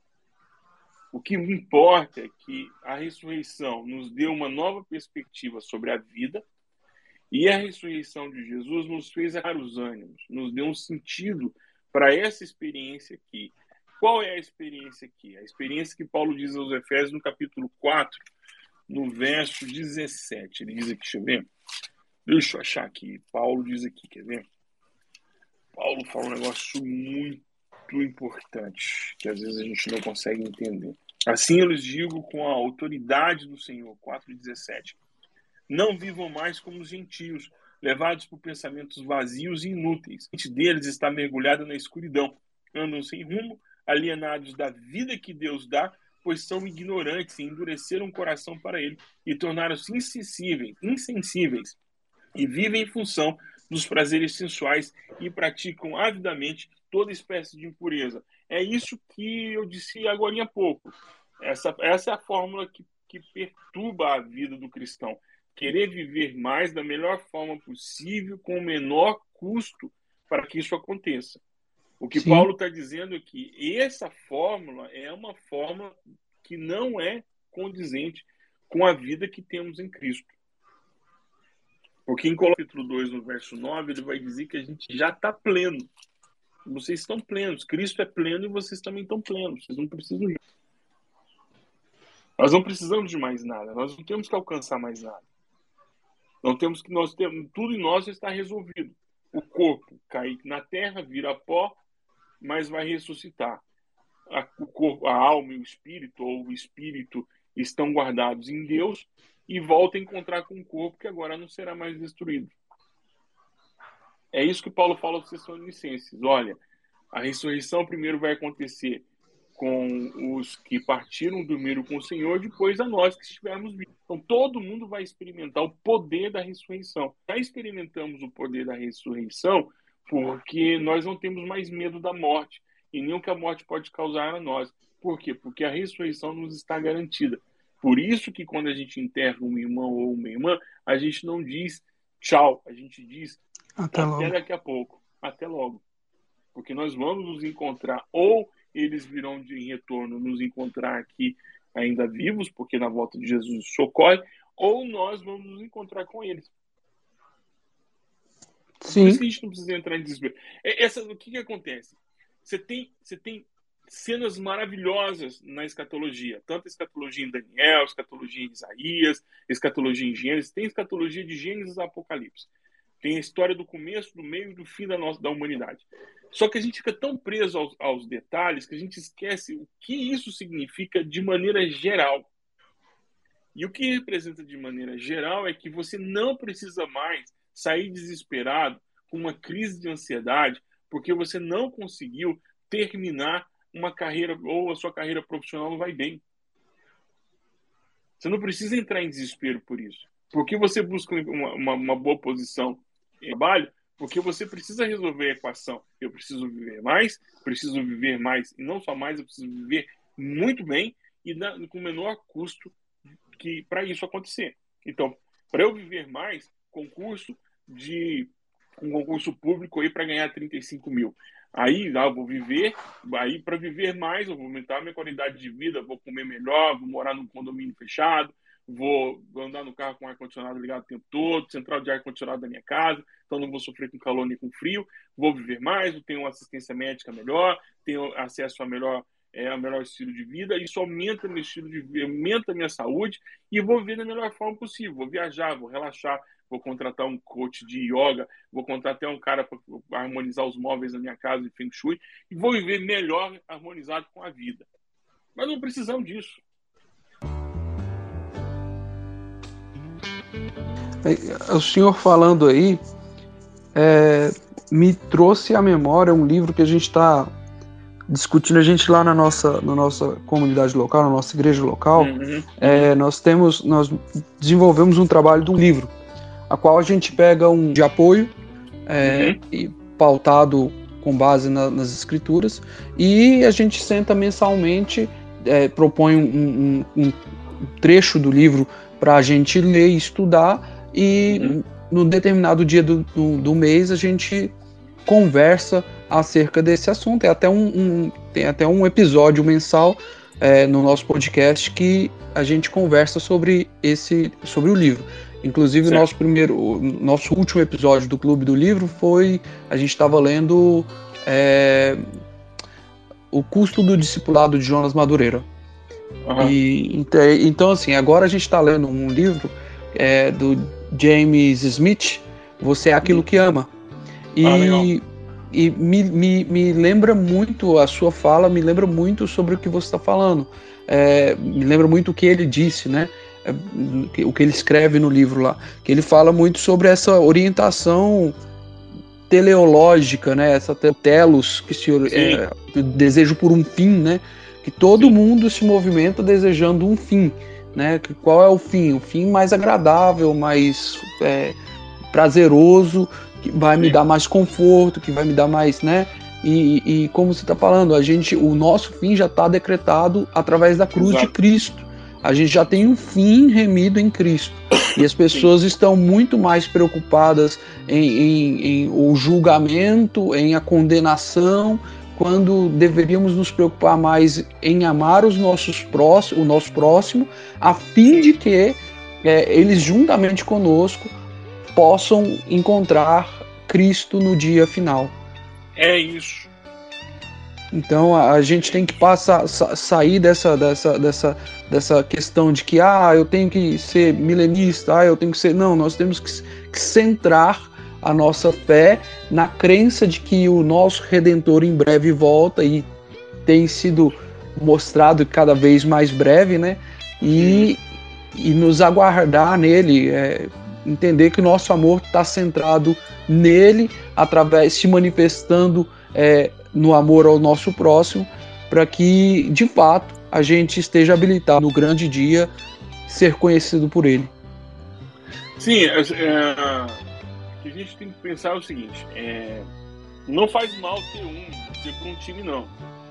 O que importa é que a ressurreição nos deu uma nova perspectiva sobre a vida e a ressurreição de Jesus nos fez arrar os ânimos, nos deu um sentido para essa experiência aqui. Qual é a experiência aqui? A experiência que Paulo diz aos Efésios no capítulo quatro, no verso dezessete. Ele diz aqui, deixa eu ver. Deixa eu achar aqui. Paulo diz aqui, quer ver? Paulo fala um negócio muito importante, que às vezes a gente não consegue entender. Assim eu lhes digo com a autoridade do Senhor, quatro dezessete. Não vivam mais como os gentios, levados por pensamentos vazios e inúteis. A mente deles está mergulhada na escuridão. Andam sem rumo, alienados da vida que Deus dá, pois são ignorantes e endureceram o coração para ele e tornaram-se insensíveis, insensíveis e vivem em função dos prazeres sensuais e praticam avidamente toda espécie de impureza. É isso que eu disse agora há pouco. Essa, essa é a fórmula que, que perturba a vida do cristão. Querer viver mais da melhor forma possível, com o menor custo para que isso aconteça. O que Sim, Paulo está dizendo é que essa fórmula é uma fórmula que não é condizente com a vida que temos em Cristo. Porque em capítulo dois, no verso nove, ele vai dizer que a gente já está pleno. Vocês estão plenos. Cristo é pleno e vocês também estão plenos. Vocês não precisam disso. Nós não precisamos de mais nada. Nós não temos que alcançar mais nada. Não temos que nós temos tudo em nós está resolvido. O corpo cai na terra, vira pó, mas vai ressuscitar. A, o corpo, a alma e o espírito, ou o espírito, estão guardados em Deus e volta a encontrar com o corpo que agora não será mais destruído. É isso que Paulo fala aos Tessalonicenses. Olha, a ressurreição primeiro vai acontecer com os que partiram, dormiram com o Senhor, depois a nós que estivermos vivos. Então todo mundo vai experimentar o poder da ressurreição. Já experimentamos o poder da ressurreição porque nós não temos mais medo da morte e nem o que a morte pode causar a nós. Por quê? Porque a ressurreição nos está garantida. Por isso que quando a gente enterra um irmão ou uma irmã, a gente não diz tchau, a gente diz Até Até logo. daqui a pouco. Até logo. Porque nós vamos nos encontrar, ou eles virão de retorno nos encontrar aqui ainda vivos, porque na volta de Jesus isso ocorre, ou nós vamos nos encontrar com eles. Por isso Sim. que a gente não precisa entrar em desespero. Essa, o que, que acontece? Você tem, você tem cenas maravilhosas na escatologia. Tanto a escatologia em Daniel, escatologia em Isaías, escatologia em Gênesis. Tem escatologia de Gênesis a Apocalipse. Tem a história do começo, do meio e do fim da, nossa, da humanidade. Só que a gente fica tão preso aos, aos detalhes que a gente esquece o que isso significa de maneira geral. E o que representa de maneira geral é que você não precisa mais sair desesperado com uma crise de ansiedade porque você não conseguiu terminar uma carreira ou a sua carreira profissional não vai bem. Você não precisa entrar em desespero por isso. Porque você busca uma, uma, uma boa posição em trabalho, porque você precisa resolver a equação. Eu preciso viver mais, preciso viver mais, e não só mais, eu preciso viver muito bem e na, com o menor custo que para isso acontecer. Então, para eu viver mais, concurso de um concurso público aí para ganhar trinta e cinco mil. Aí ah, eu vou viver, aí para viver mais, eu vou aumentar a minha qualidade de vida, vou comer melhor, vou morar num condomínio fechado, vou, vou andar no carro com ar-condicionado ligado o tempo todo, central de ar-condicionado da minha casa, então não vou sofrer com calor nem com frio, vou viver mais, vou ter uma assistência médica melhor, tenho acesso a melhor é o melhor estilo de vida, isso aumenta meu estilo de vida, aumenta a minha saúde e vou viver da melhor forma possível. Vou viajar, vou relaxar, vou contratar um coach de yoga, vou contratar um cara para harmonizar os móveis da minha casa de Feng Shui e vou viver melhor harmonizado com a vida. Mas não precisamos disso. O senhor falando aí é, me trouxe à memória um livro que a gente está discutindo, a gente lá na nossa, na nossa comunidade local, na nossa igreja local, uhum, uhum. É, nós temos, nós desenvolvemos um trabalho de um livro, a qual a gente pega um de apoio é, Uhum. e pautado com base na, nas escrituras, e a gente senta mensalmente, é, propõe um, um, um trecho do livro para a gente ler e estudar, e Uhum. no determinado dia do, do, do mês a gente conversa acerca desse assunto. É até um, um, tem até um episódio mensal é, no nosso podcast que a gente conversa sobre esse, sobre o livro. Inclusive o nosso primeiro, o nosso último episódio do Clube do Livro foi, a gente estava lendo é, O Custo do Discipulado de Jonas Madureira. Uhum. E, então assim, agora a gente está lendo um livro é, do James Smith, Você é Aquilo que Ama. E, ah, legal. e me, me, me lembra muito, a sua fala me lembra muito sobre o que você está falando. É, me lembra muito o que ele disse, né? É, o que ele escreve no livro lá. Que ele fala muito sobre essa orientação teleológica, né? Essa telos, que se é, desejo por um fim, né? Que todo Sim. mundo se movimenta desejando um fim, né? Que qual é o fim? O fim mais agradável, mais é, prazeroso, que vai Sim. me dar mais conforto, que vai me dar mais, né? E, e como você está falando, a gente, o nosso fim já está decretado através da cruz Exato. de Cristo. A gente já tem um fim remido em Cristo. E as pessoas Sim. estão muito mais preocupadas em, em, em o julgamento, em a condenação, quando deveríamos nos preocupar mais em amar os nossos próximos, o nosso próximo, a fim de que é, eles juntamente conosco possam encontrar Cristo no dia final. É isso. Então a, a gente tem que passar, sa, sair dessa, dessa, dessa, dessa questão de que ah, eu tenho que ser milenista, ah, eu tenho que ser... Não, nós temos que, que centrar a nossa fé na crença de que o nosso Redentor em breve volta, e tem sido mostrado cada vez mais breve, né? E, hum. e nos aguardar nele, é, entender que o nosso amor está centrado nele, através, se manifestando é, no amor ao nosso próximo, para que, de fato, a gente esteja habilitado no grande dia ser conhecido por ele. Sim, é, é, o que a gente tem que pensar é o seguinte, é, não faz mal ter um, ter para um time, não.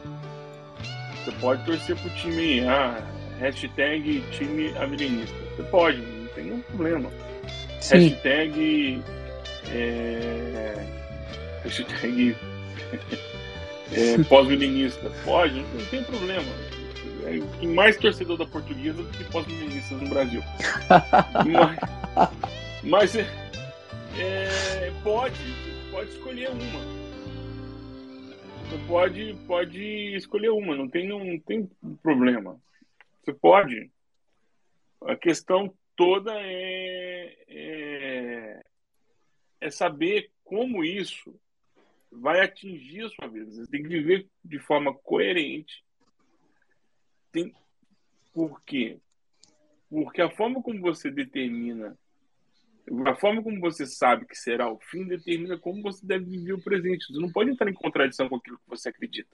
Você pode torcer pro time, ah, hashtag time amilenista. Você pode, não tem nenhum problema. Sim. Hashtag é, hashtag é, pós-milenista. Pode, não tem problema. Tem mais torcedor da Portuguesa do que pós-milenistas no Brasil. mas mas é, é, pode, pode escolher uma. Você pode, pode escolher uma, não tem, não tem problema. Você pode. A questão toda é, é, é saber como isso vai atingir a sua vida. Você tem que viver de forma coerente. Tem, por quê? Porque a forma como você determina, a forma como você sabe que será o fim, determina como você deve viver o presente. Você não pode entrar em contradição com aquilo que você acredita.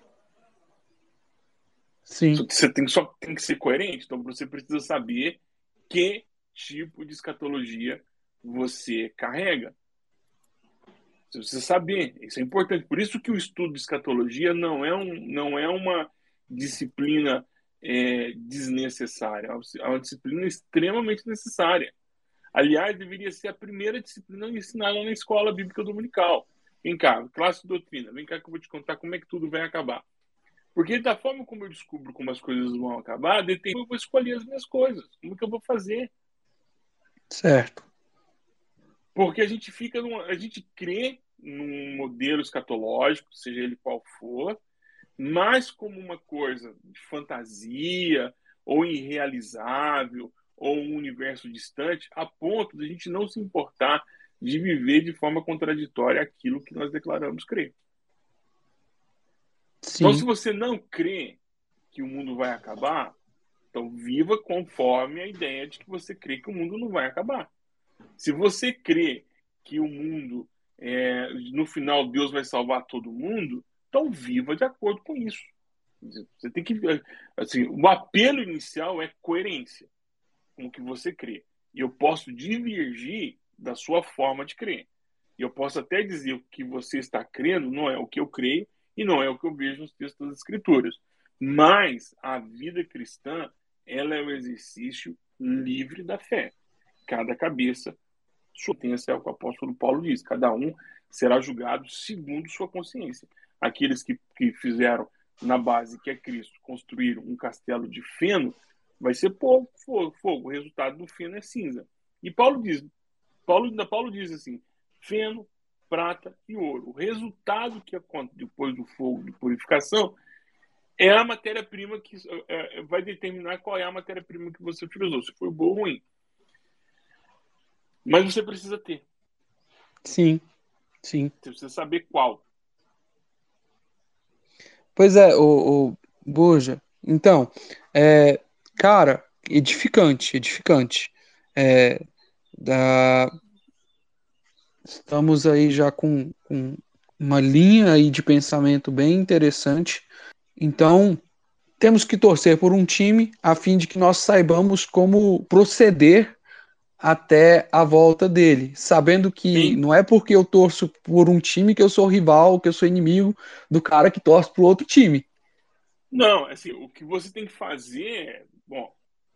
Sim. Você tem, só tem que ser coerente. Então você precisa saber que tipo de escatologia você carrega. Você precisa saber. Isso é importante. Por isso que o estudo de escatologia não é, um, não é uma disciplina é, desnecessária. É uma disciplina extremamente necessária. Aliás, deveria ser a primeira disciplina ensinada na escola bíblica dominical. Vem cá, classe de doutrina. Vem cá que eu vou te contar como é que tudo vai acabar. Porque da forma como eu descubro como as coisas vão acabar, eu vou escolher as minhas coisas. Como que eu vou fazer? Certo. Porque a gente fica numa, a gente crê num modelo escatológico, seja ele qual for, mais como uma coisa de fantasia ou irrealizável ou um universo distante, a ponto de a gente não se importar de viver de forma contraditória aquilo que nós declaramos crer. Sim. Então, se você não crê que o mundo vai acabar, então viva conforme a ideia de que você crê que o mundo não vai acabar. Se você crê que o mundo, é, no final, Deus vai salvar todo mundo, então viva de acordo com isso. Você tem que, assim, o apelo inicial é coerência com o que você crê. E eu posso divergir da sua forma de crer. E eu posso até dizer o que você está crendo não é o que eu creio e não é o que eu vejo nos textos das Escrituras. Mas a vida cristã, ela é o exercício livre da fé. Cada cabeça sua potência, é o que o apóstolo Paulo diz. Cada um será julgado segundo sua consciência. Aqueles que, que fizeram na base que é Cristo, construíram um castelo de feno, vai ser fogo, fogo, fogo. O resultado do feno é cinza. E Paulo diz, Paulo, Paulo diz assim, feno, prata e ouro. O resultado que acontece depois do fogo de purificação é a matéria-prima que é, vai determinar qual é a matéria-prima que você utilizou, se foi boa ou ruim. Mas você precisa ter. Sim, sim. Você precisa saber qual. Pois é, o, o Borja. Então, é, cara, edificante, edificante. É, da, estamos aí já com, com uma linha aí de pensamento bem interessante. Então, temos que torcer por um time a fim de que nós saibamos como proceder até a volta dele, sabendo que Sim. não é porque eu torço por um time que eu sou rival, que eu sou inimigo do cara que torce pro outro time. Não, assim, o que você tem que fazer, bom,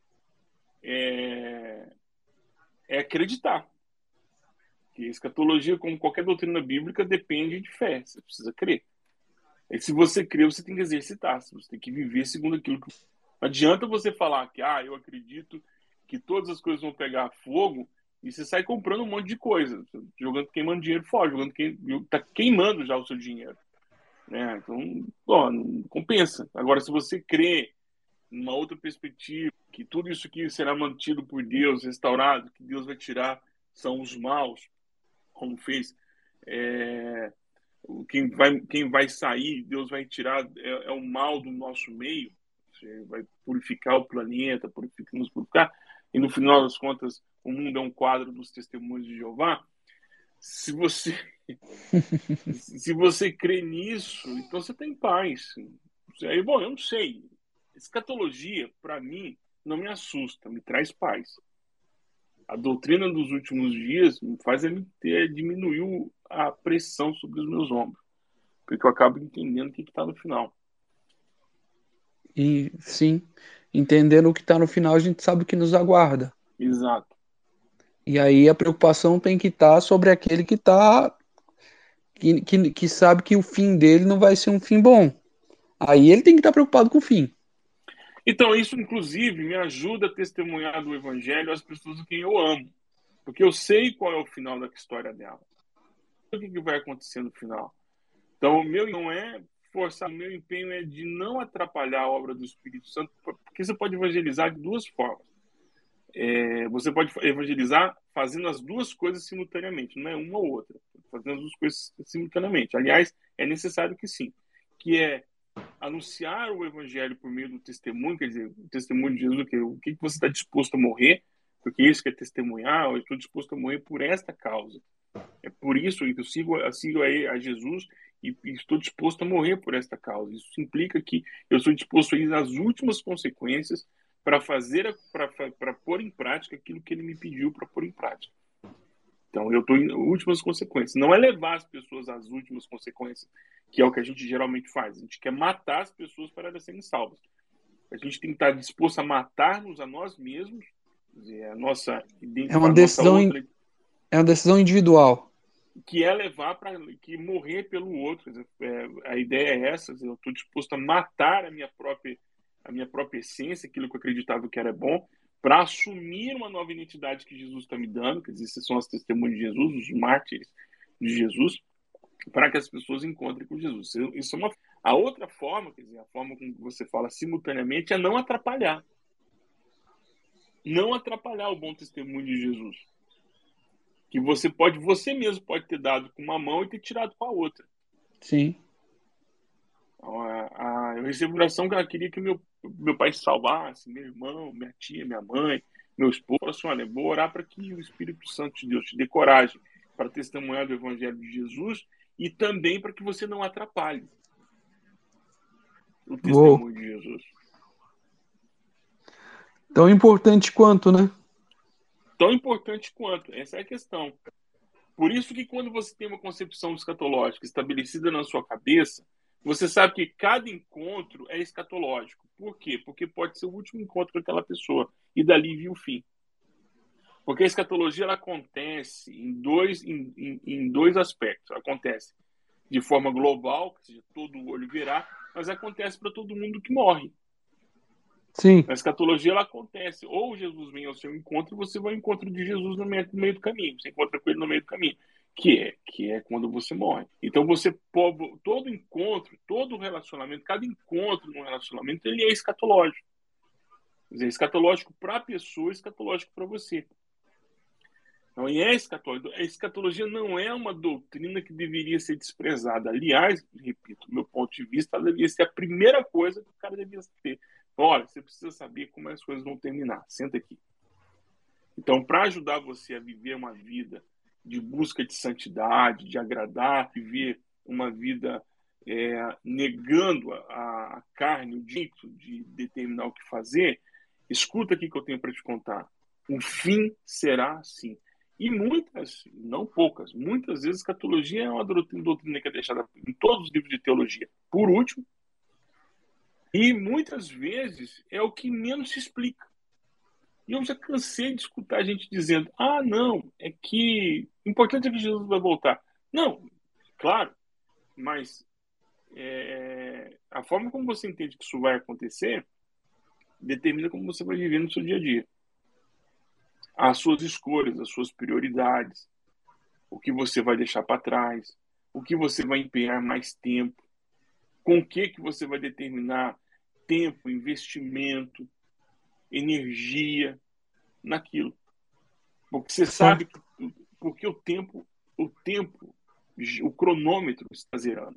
é, é acreditar. Que a escatologia, como qualquer doutrina bíblica, depende de fé. Você precisa crer. E se você crê, você tem que exercitar. Você tem que viver segundo aquilo que... Não adianta você falar que, ah, eu acredito que todas as coisas vão pegar fogo e você sai comprando um monte de coisa, jogando, queimando dinheiro fora, jogando, tá queimando já o seu dinheiro. Né? Então, bom, não compensa. Agora, se você crê numa outra perspectiva, que tudo isso aqui será mantido por Deus, restaurado, que Deus vai tirar são os maus, como fez, é, quem, vai, quem vai sair, Deus vai tirar, é, é o mal do nosso meio, vai purificar o planeta, purificar, nos purificar, e no final das contas, o mundo é um quadro dos testemunhos de Jeová. Se você se você crê nisso, então você tem paz. Aí, bom, eu não sei. Escatologia, para mim, não me assusta, me traz paz. A doutrina dos últimos dias me faz ter, diminuir a pressão sobre os meus ombros, porque eu acabo entendendo o que está no final. E sim, entendendo o que está no final, a gente sabe o que nos aguarda. Exato. E aí a preocupação tem que estar sobre aquele que tá que, que, que sabe que o fim dele não vai ser um fim bom. Aí ele tem que estar preocupado com o fim. Então, isso, inclusive, me ajuda a testemunhar do Evangelho às pessoas a quem eu amo. Porque eu sei qual é o final da história dela. O que vai acontecer no final. Então, o meu não é forçar, o meu empenho é de não atrapalhar a obra do Espírito Santo, porque você pode evangelizar de duas formas. É, você pode evangelizar fazendo as duas coisas simultaneamente, não é uma ou outra, fazendo as duas coisas simultaneamente. Aliás, é necessário que sim, que é anunciar o evangelho por meio do testemunho, quer dizer, o testemunho de Jesus, que, o que você está disposto a morrer, porque isso que é testemunhar, eu estou disposto a morrer por esta causa. É por isso que eu sigo, eu sigo a, a Jesus e, e estou disposto a morrer por esta causa. Isso implica que eu sou disposto a ir às últimas consequências para fazer, para pôr em prática aquilo que ele me pediu para pôr em prática. Então, eu estou em últimas consequências. Não é levar as pessoas às últimas consequências, que é o que a gente geralmente faz. A gente quer matar as pessoas para elas serem salvas. A gente tem que estar disposto a matar-nos a nós mesmos, quer dizer, a nossa, É uma a nossa decisão, outra, é uma decisão individual. que é levar para que morrer pelo outro. É, a ideia é essa. Eu estou disposto a matar a minha própria a minha própria essência, aquilo que eu acreditava que era bom, para assumir uma nova identidade que Jesus está me dando, que esses são as testemunhas de Jesus, os mártires de Jesus, para que as pessoas encontrem com Jesus. Isso é uma. A outra forma, quer dizer, a forma como você fala simultaneamente, é não atrapalhar. Não atrapalhar o bom testemunho de Jesus. Que você pode, você mesmo pode ter dado com uma mão e ter tirado com a outra. Sim. A, a, eu recebo oração que ela queria que meu, meu pai se salvasse, meu irmão, minha tia, minha mãe, meu esposo. Falou assim: olha, vou orar para que o Espírito Santo de Deus te dê coragem para testemunhar do Evangelho de Jesus e também para que você não atrapalhe o Uou. testemunho de Jesus. Tão importante quanto, né? Tão importante quanto, essa é a questão. Por isso que quando você tem uma concepção escatológica estabelecida na sua cabeça, você sabe que cada encontro é escatológico. Por quê? Porque pode ser o último encontro com aquela pessoa e dali vir o fim. Porque a escatologia ela acontece em dois, em, em, em dois aspectos. Ela acontece de forma global, que seja, todo o olho verá, mas acontece para todo mundo que morre. Sim. Na escatologia ela acontece. Ou Jesus vem ao seu encontro e você vai ao encontro de Jesus no meio, no meio do caminho. Você encontra com ele no meio do caminho. Que é, que é quando você morre. Então você pode, todo encontro, todo relacionamento, cada encontro num relacionamento, ele é escatológico. Quer dizer, escatológico para a pessoa, escatológico para você. Então, e é escatológico. A escatologia não é uma doutrina que deveria ser desprezada. Aliás, repito, do meu ponto de vista, ela deveria ser a primeira coisa que o cara deveria ter. Olha, você precisa saber como as coisas vão terminar. Senta aqui. Então, para ajudar você a viver uma vida de busca de santidade, de agradar, viver uma vida é, negando a, a carne, o direito de determinar o que fazer, escuta aqui que eu tenho para te contar. O fim será assim. E muitas, não poucas, muitas vezes a escatologia é uma doutrina, doutrina que é deixada em todos os livros de teologia. Por último, e muitas vezes é o que menos se explica. E eu já cansei de escutar a gente dizendo: ah, não, é que o importante é que Jesus vai voltar. Não, claro, mas é, a forma como você entende que isso vai acontecer determina como você vai viver no seu dia a dia. As suas escolhas, as suas prioridades, o que você vai deixar para trás, o que você vai empenhar mais tempo, com o que, que você vai determinar tempo, investimento, energia naquilo. Porque você sabe Certo. que porque o tempo, o tempo, o cronômetro está zerando.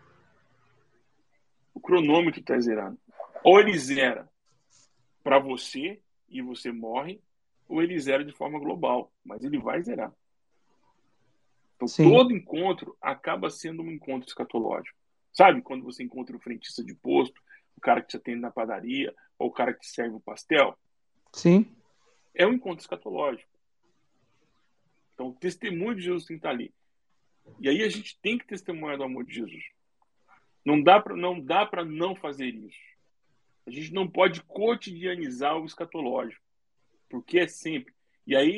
O cronômetro está zerando. Ou ele zera para você e você morre, ou ele zera de forma global, mas ele vai zerar. Então, Sim. todo encontro acaba sendo um encontro escatológico. Sabe quando você encontra o frentista de posto, o cara que te atende na padaria, ou o cara que te serve o pastel? Sim. É um encontro escatológico. Então, o testemunho de Jesus tem que estar ali. E aí a gente tem que testemunhar do amor de Jesus. Não dá para não dá para não fazer isso. A gente não pode cotidianizar o escatológico, porque é sempre. E aí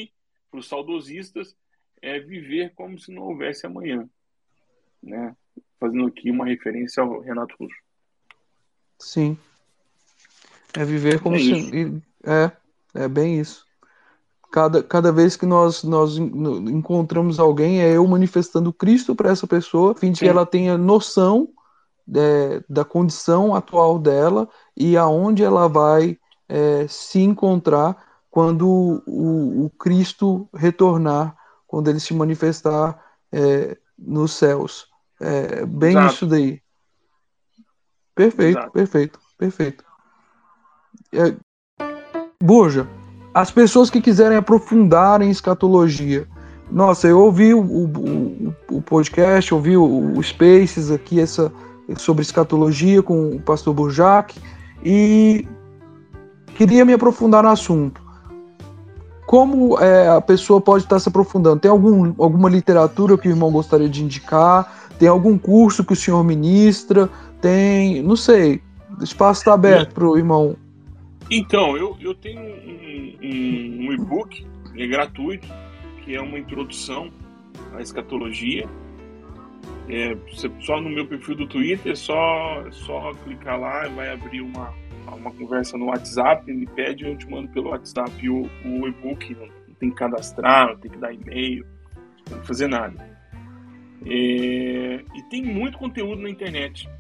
para os saudosistas, é viver como se não houvesse amanhã, né? Fazendo aqui uma referência ao Renato Russo. Sim. É viver como É se... isso. É, é bem isso. Cada, cada vez que nós, nós encontramos alguém, é eu manifestando Cristo para essa pessoa, a fim de que Sim. ela tenha noção é, da condição atual dela e aonde ela vai é, se encontrar quando o, o Cristo retornar, quando ele se manifestar é, nos céus. É bem isso Exato, daí. Perfeito, exato. perfeito, perfeito. É, Burja, as pessoas que quiserem aprofundar em escatologia, nossa, eu ouvi o, o, o podcast, ouvi o, o Spaces aqui essa, sobre escatologia com o pastor Burjac e queria me aprofundar no assunto. Como é, a pessoa pode estar se aprofundando? Tem algum, alguma literatura que o irmão gostaria de indicar? Tem algum curso que o senhor ministra? Tem, não sei, o espaço está aberto para o irmão. Então, eu, eu tenho um, um, um e-book, é gratuito, que é uma introdução à escatologia. É, só no meu perfil do Twitter, é só, só clicar lá e vai abrir uma, uma conversa no WhatsApp, me pede e eu te mando pelo WhatsApp o, o e-book. Não, não tem que cadastrar, não tem que dar e-mail, não tem que fazer nada. É, e tem muito conteúdo na internet.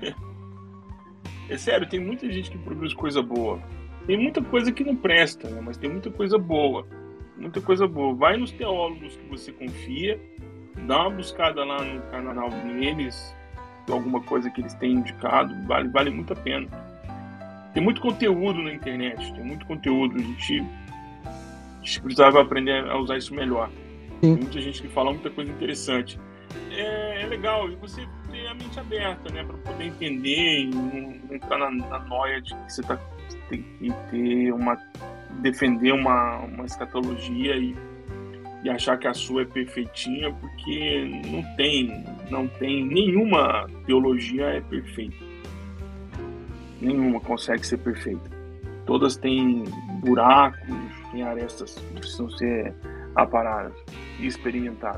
É sério, tem muita gente que produz coisa boa. Tem muita coisa que não presta, né? Mas tem muita coisa boa. Muita coisa boa. Vai nos teólogos que você confia, dá uma buscada lá no canal deles, alguma coisa que eles têm indicado, vale, vale muito a pena. Tem muito conteúdo na internet, tem muito conteúdo. A gente, a gente precisava aprender a usar isso melhor. Sim. Tem muita gente que fala muita coisa interessante. É, é legal, e você ter a mente aberta, né, para poder entender e não, não entrar na, na noia de que você tá, tem que ter uma, defender uma, uma escatologia e, e achar que a sua é perfeitinha, porque não tem, não tem, nenhuma teologia é perfeita. Nenhuma consegue ser perfeita. Todas têm buracos, têm arestas que precisam ser aparadas e experimentadas.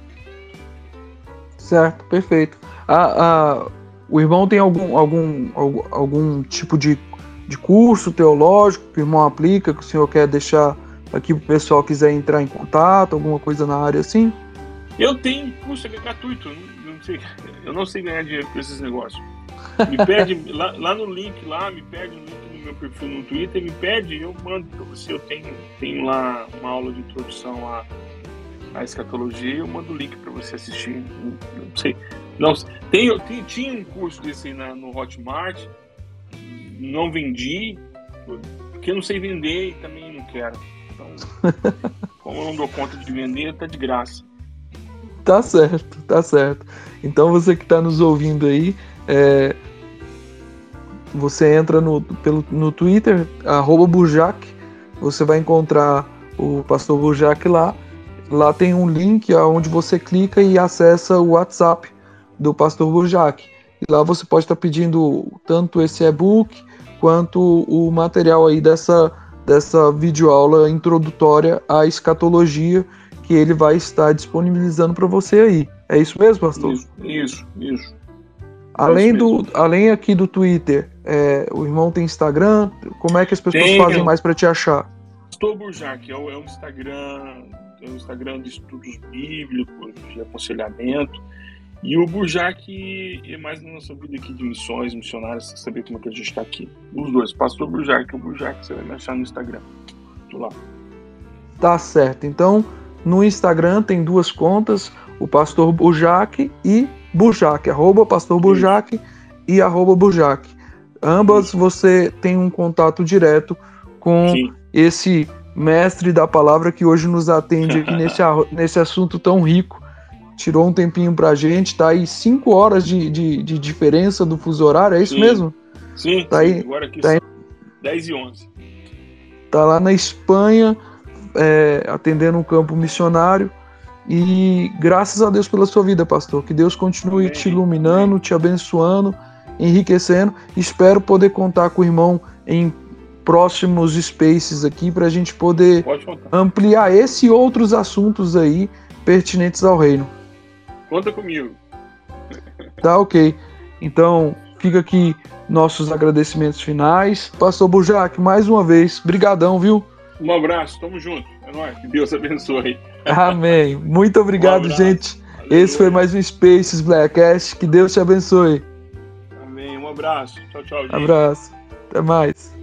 Certo, perfeito. Ah, ah, o irmão tem algum, algum, algum, algum tipo de, de curso teológico que o irmão aplica, que o senhor quer deixar aqui para o pessoal que quiser entrar em contato, alguma coisa na área assim? Eu tenho curso gratuito, eu não sei, eu não sei ganhar dinheiro com esses negócios. Me pede, lá, lá no link, lá, me pede no link no meu perfil no Twitter, me pede, eu mando para você. Eu tenho, tenho lá uma aula de introdução a a escatologia, eu mando o link para você assistir. Não, não sei. Não, tem, tem, tinha um curso desse na, no Hotmart, não vendi, porque eu não sei vender e também não quero. Então, como eu não dou conta de vender, tá de graça. Tá certo, tá certo. Então você que está nos ouvindo aí, é, você entra no, pelo, no Twitter, arroba Burjac, você vai encontrar o pastor Burjac lá. Lá tem um link onde você clica e acessa o WhatsApp do pastor Burjac. E lá você pode estar pedindo tanto esse e-book quanto o material aí dessa, dessa videoaula introdutória à escatologia que ele vai estar disponibilizando para você aí. É isso mesmo, pastor? Isso, isso, isso. Além, é isso do, além aqui do Twitter, é, o irmão tem Instagram? Como é que as pessoas tem, fazem mais para te achar? Pastor Burjac é o, é o Instagram... Tem o Instagram de estudos bíblicos, de aconselhamento. E o Burjac é mais na nossa vida aqui de missões, missionários, você saber como é que a gente está aqui. Os dois, pastor Burjac e o Burjac, você vai me achar no Instagram. Tô lá. Tá certo. Então, no Instagram tem duas contas, o pastor Burjac e Burjac, arroba pastor Burjac e arroba Burjac. Ambas Isso. Você tem um contato direto com Sim. esse mestre da palavra que hoje nos atende aqui nesse, nesse assunto tão rico. Tirou um tempinho pra gente, tá aí cinco horas de, de, de diferença do fuso horário, é isso sim. mesmo? Sim, tá sim. Aí, agora aqui tá são dez e onze. Tá lá na Espanha, é, atendendo um campo missionário. E graças a Deus pela sua vida, pastor. Que Deus continue Amém. Te iluminando, Amém. Te abençoando, enriquecendo. Espero poder contar com o irmão em próximos Spaces aqui para a gente poder Pode contar. ampliar esse e outros assuntos aí pertinentes ao reino. Conta comigo. Tá, ok. Então, fica aqui nossos agradecimentos finais. Pastor Burjac, mais uma vez, brigadão, viu? Um abraço, tamo junto. É nóis. Que Deus abençoe. Amém. Muito obrigado, Um gente. Aleluia. Esse foi mais um Spaces Blackcast. Que Deus te abençoe. Amém. Um abraço. Tchau, tchau, gente. Abraço. Até mais.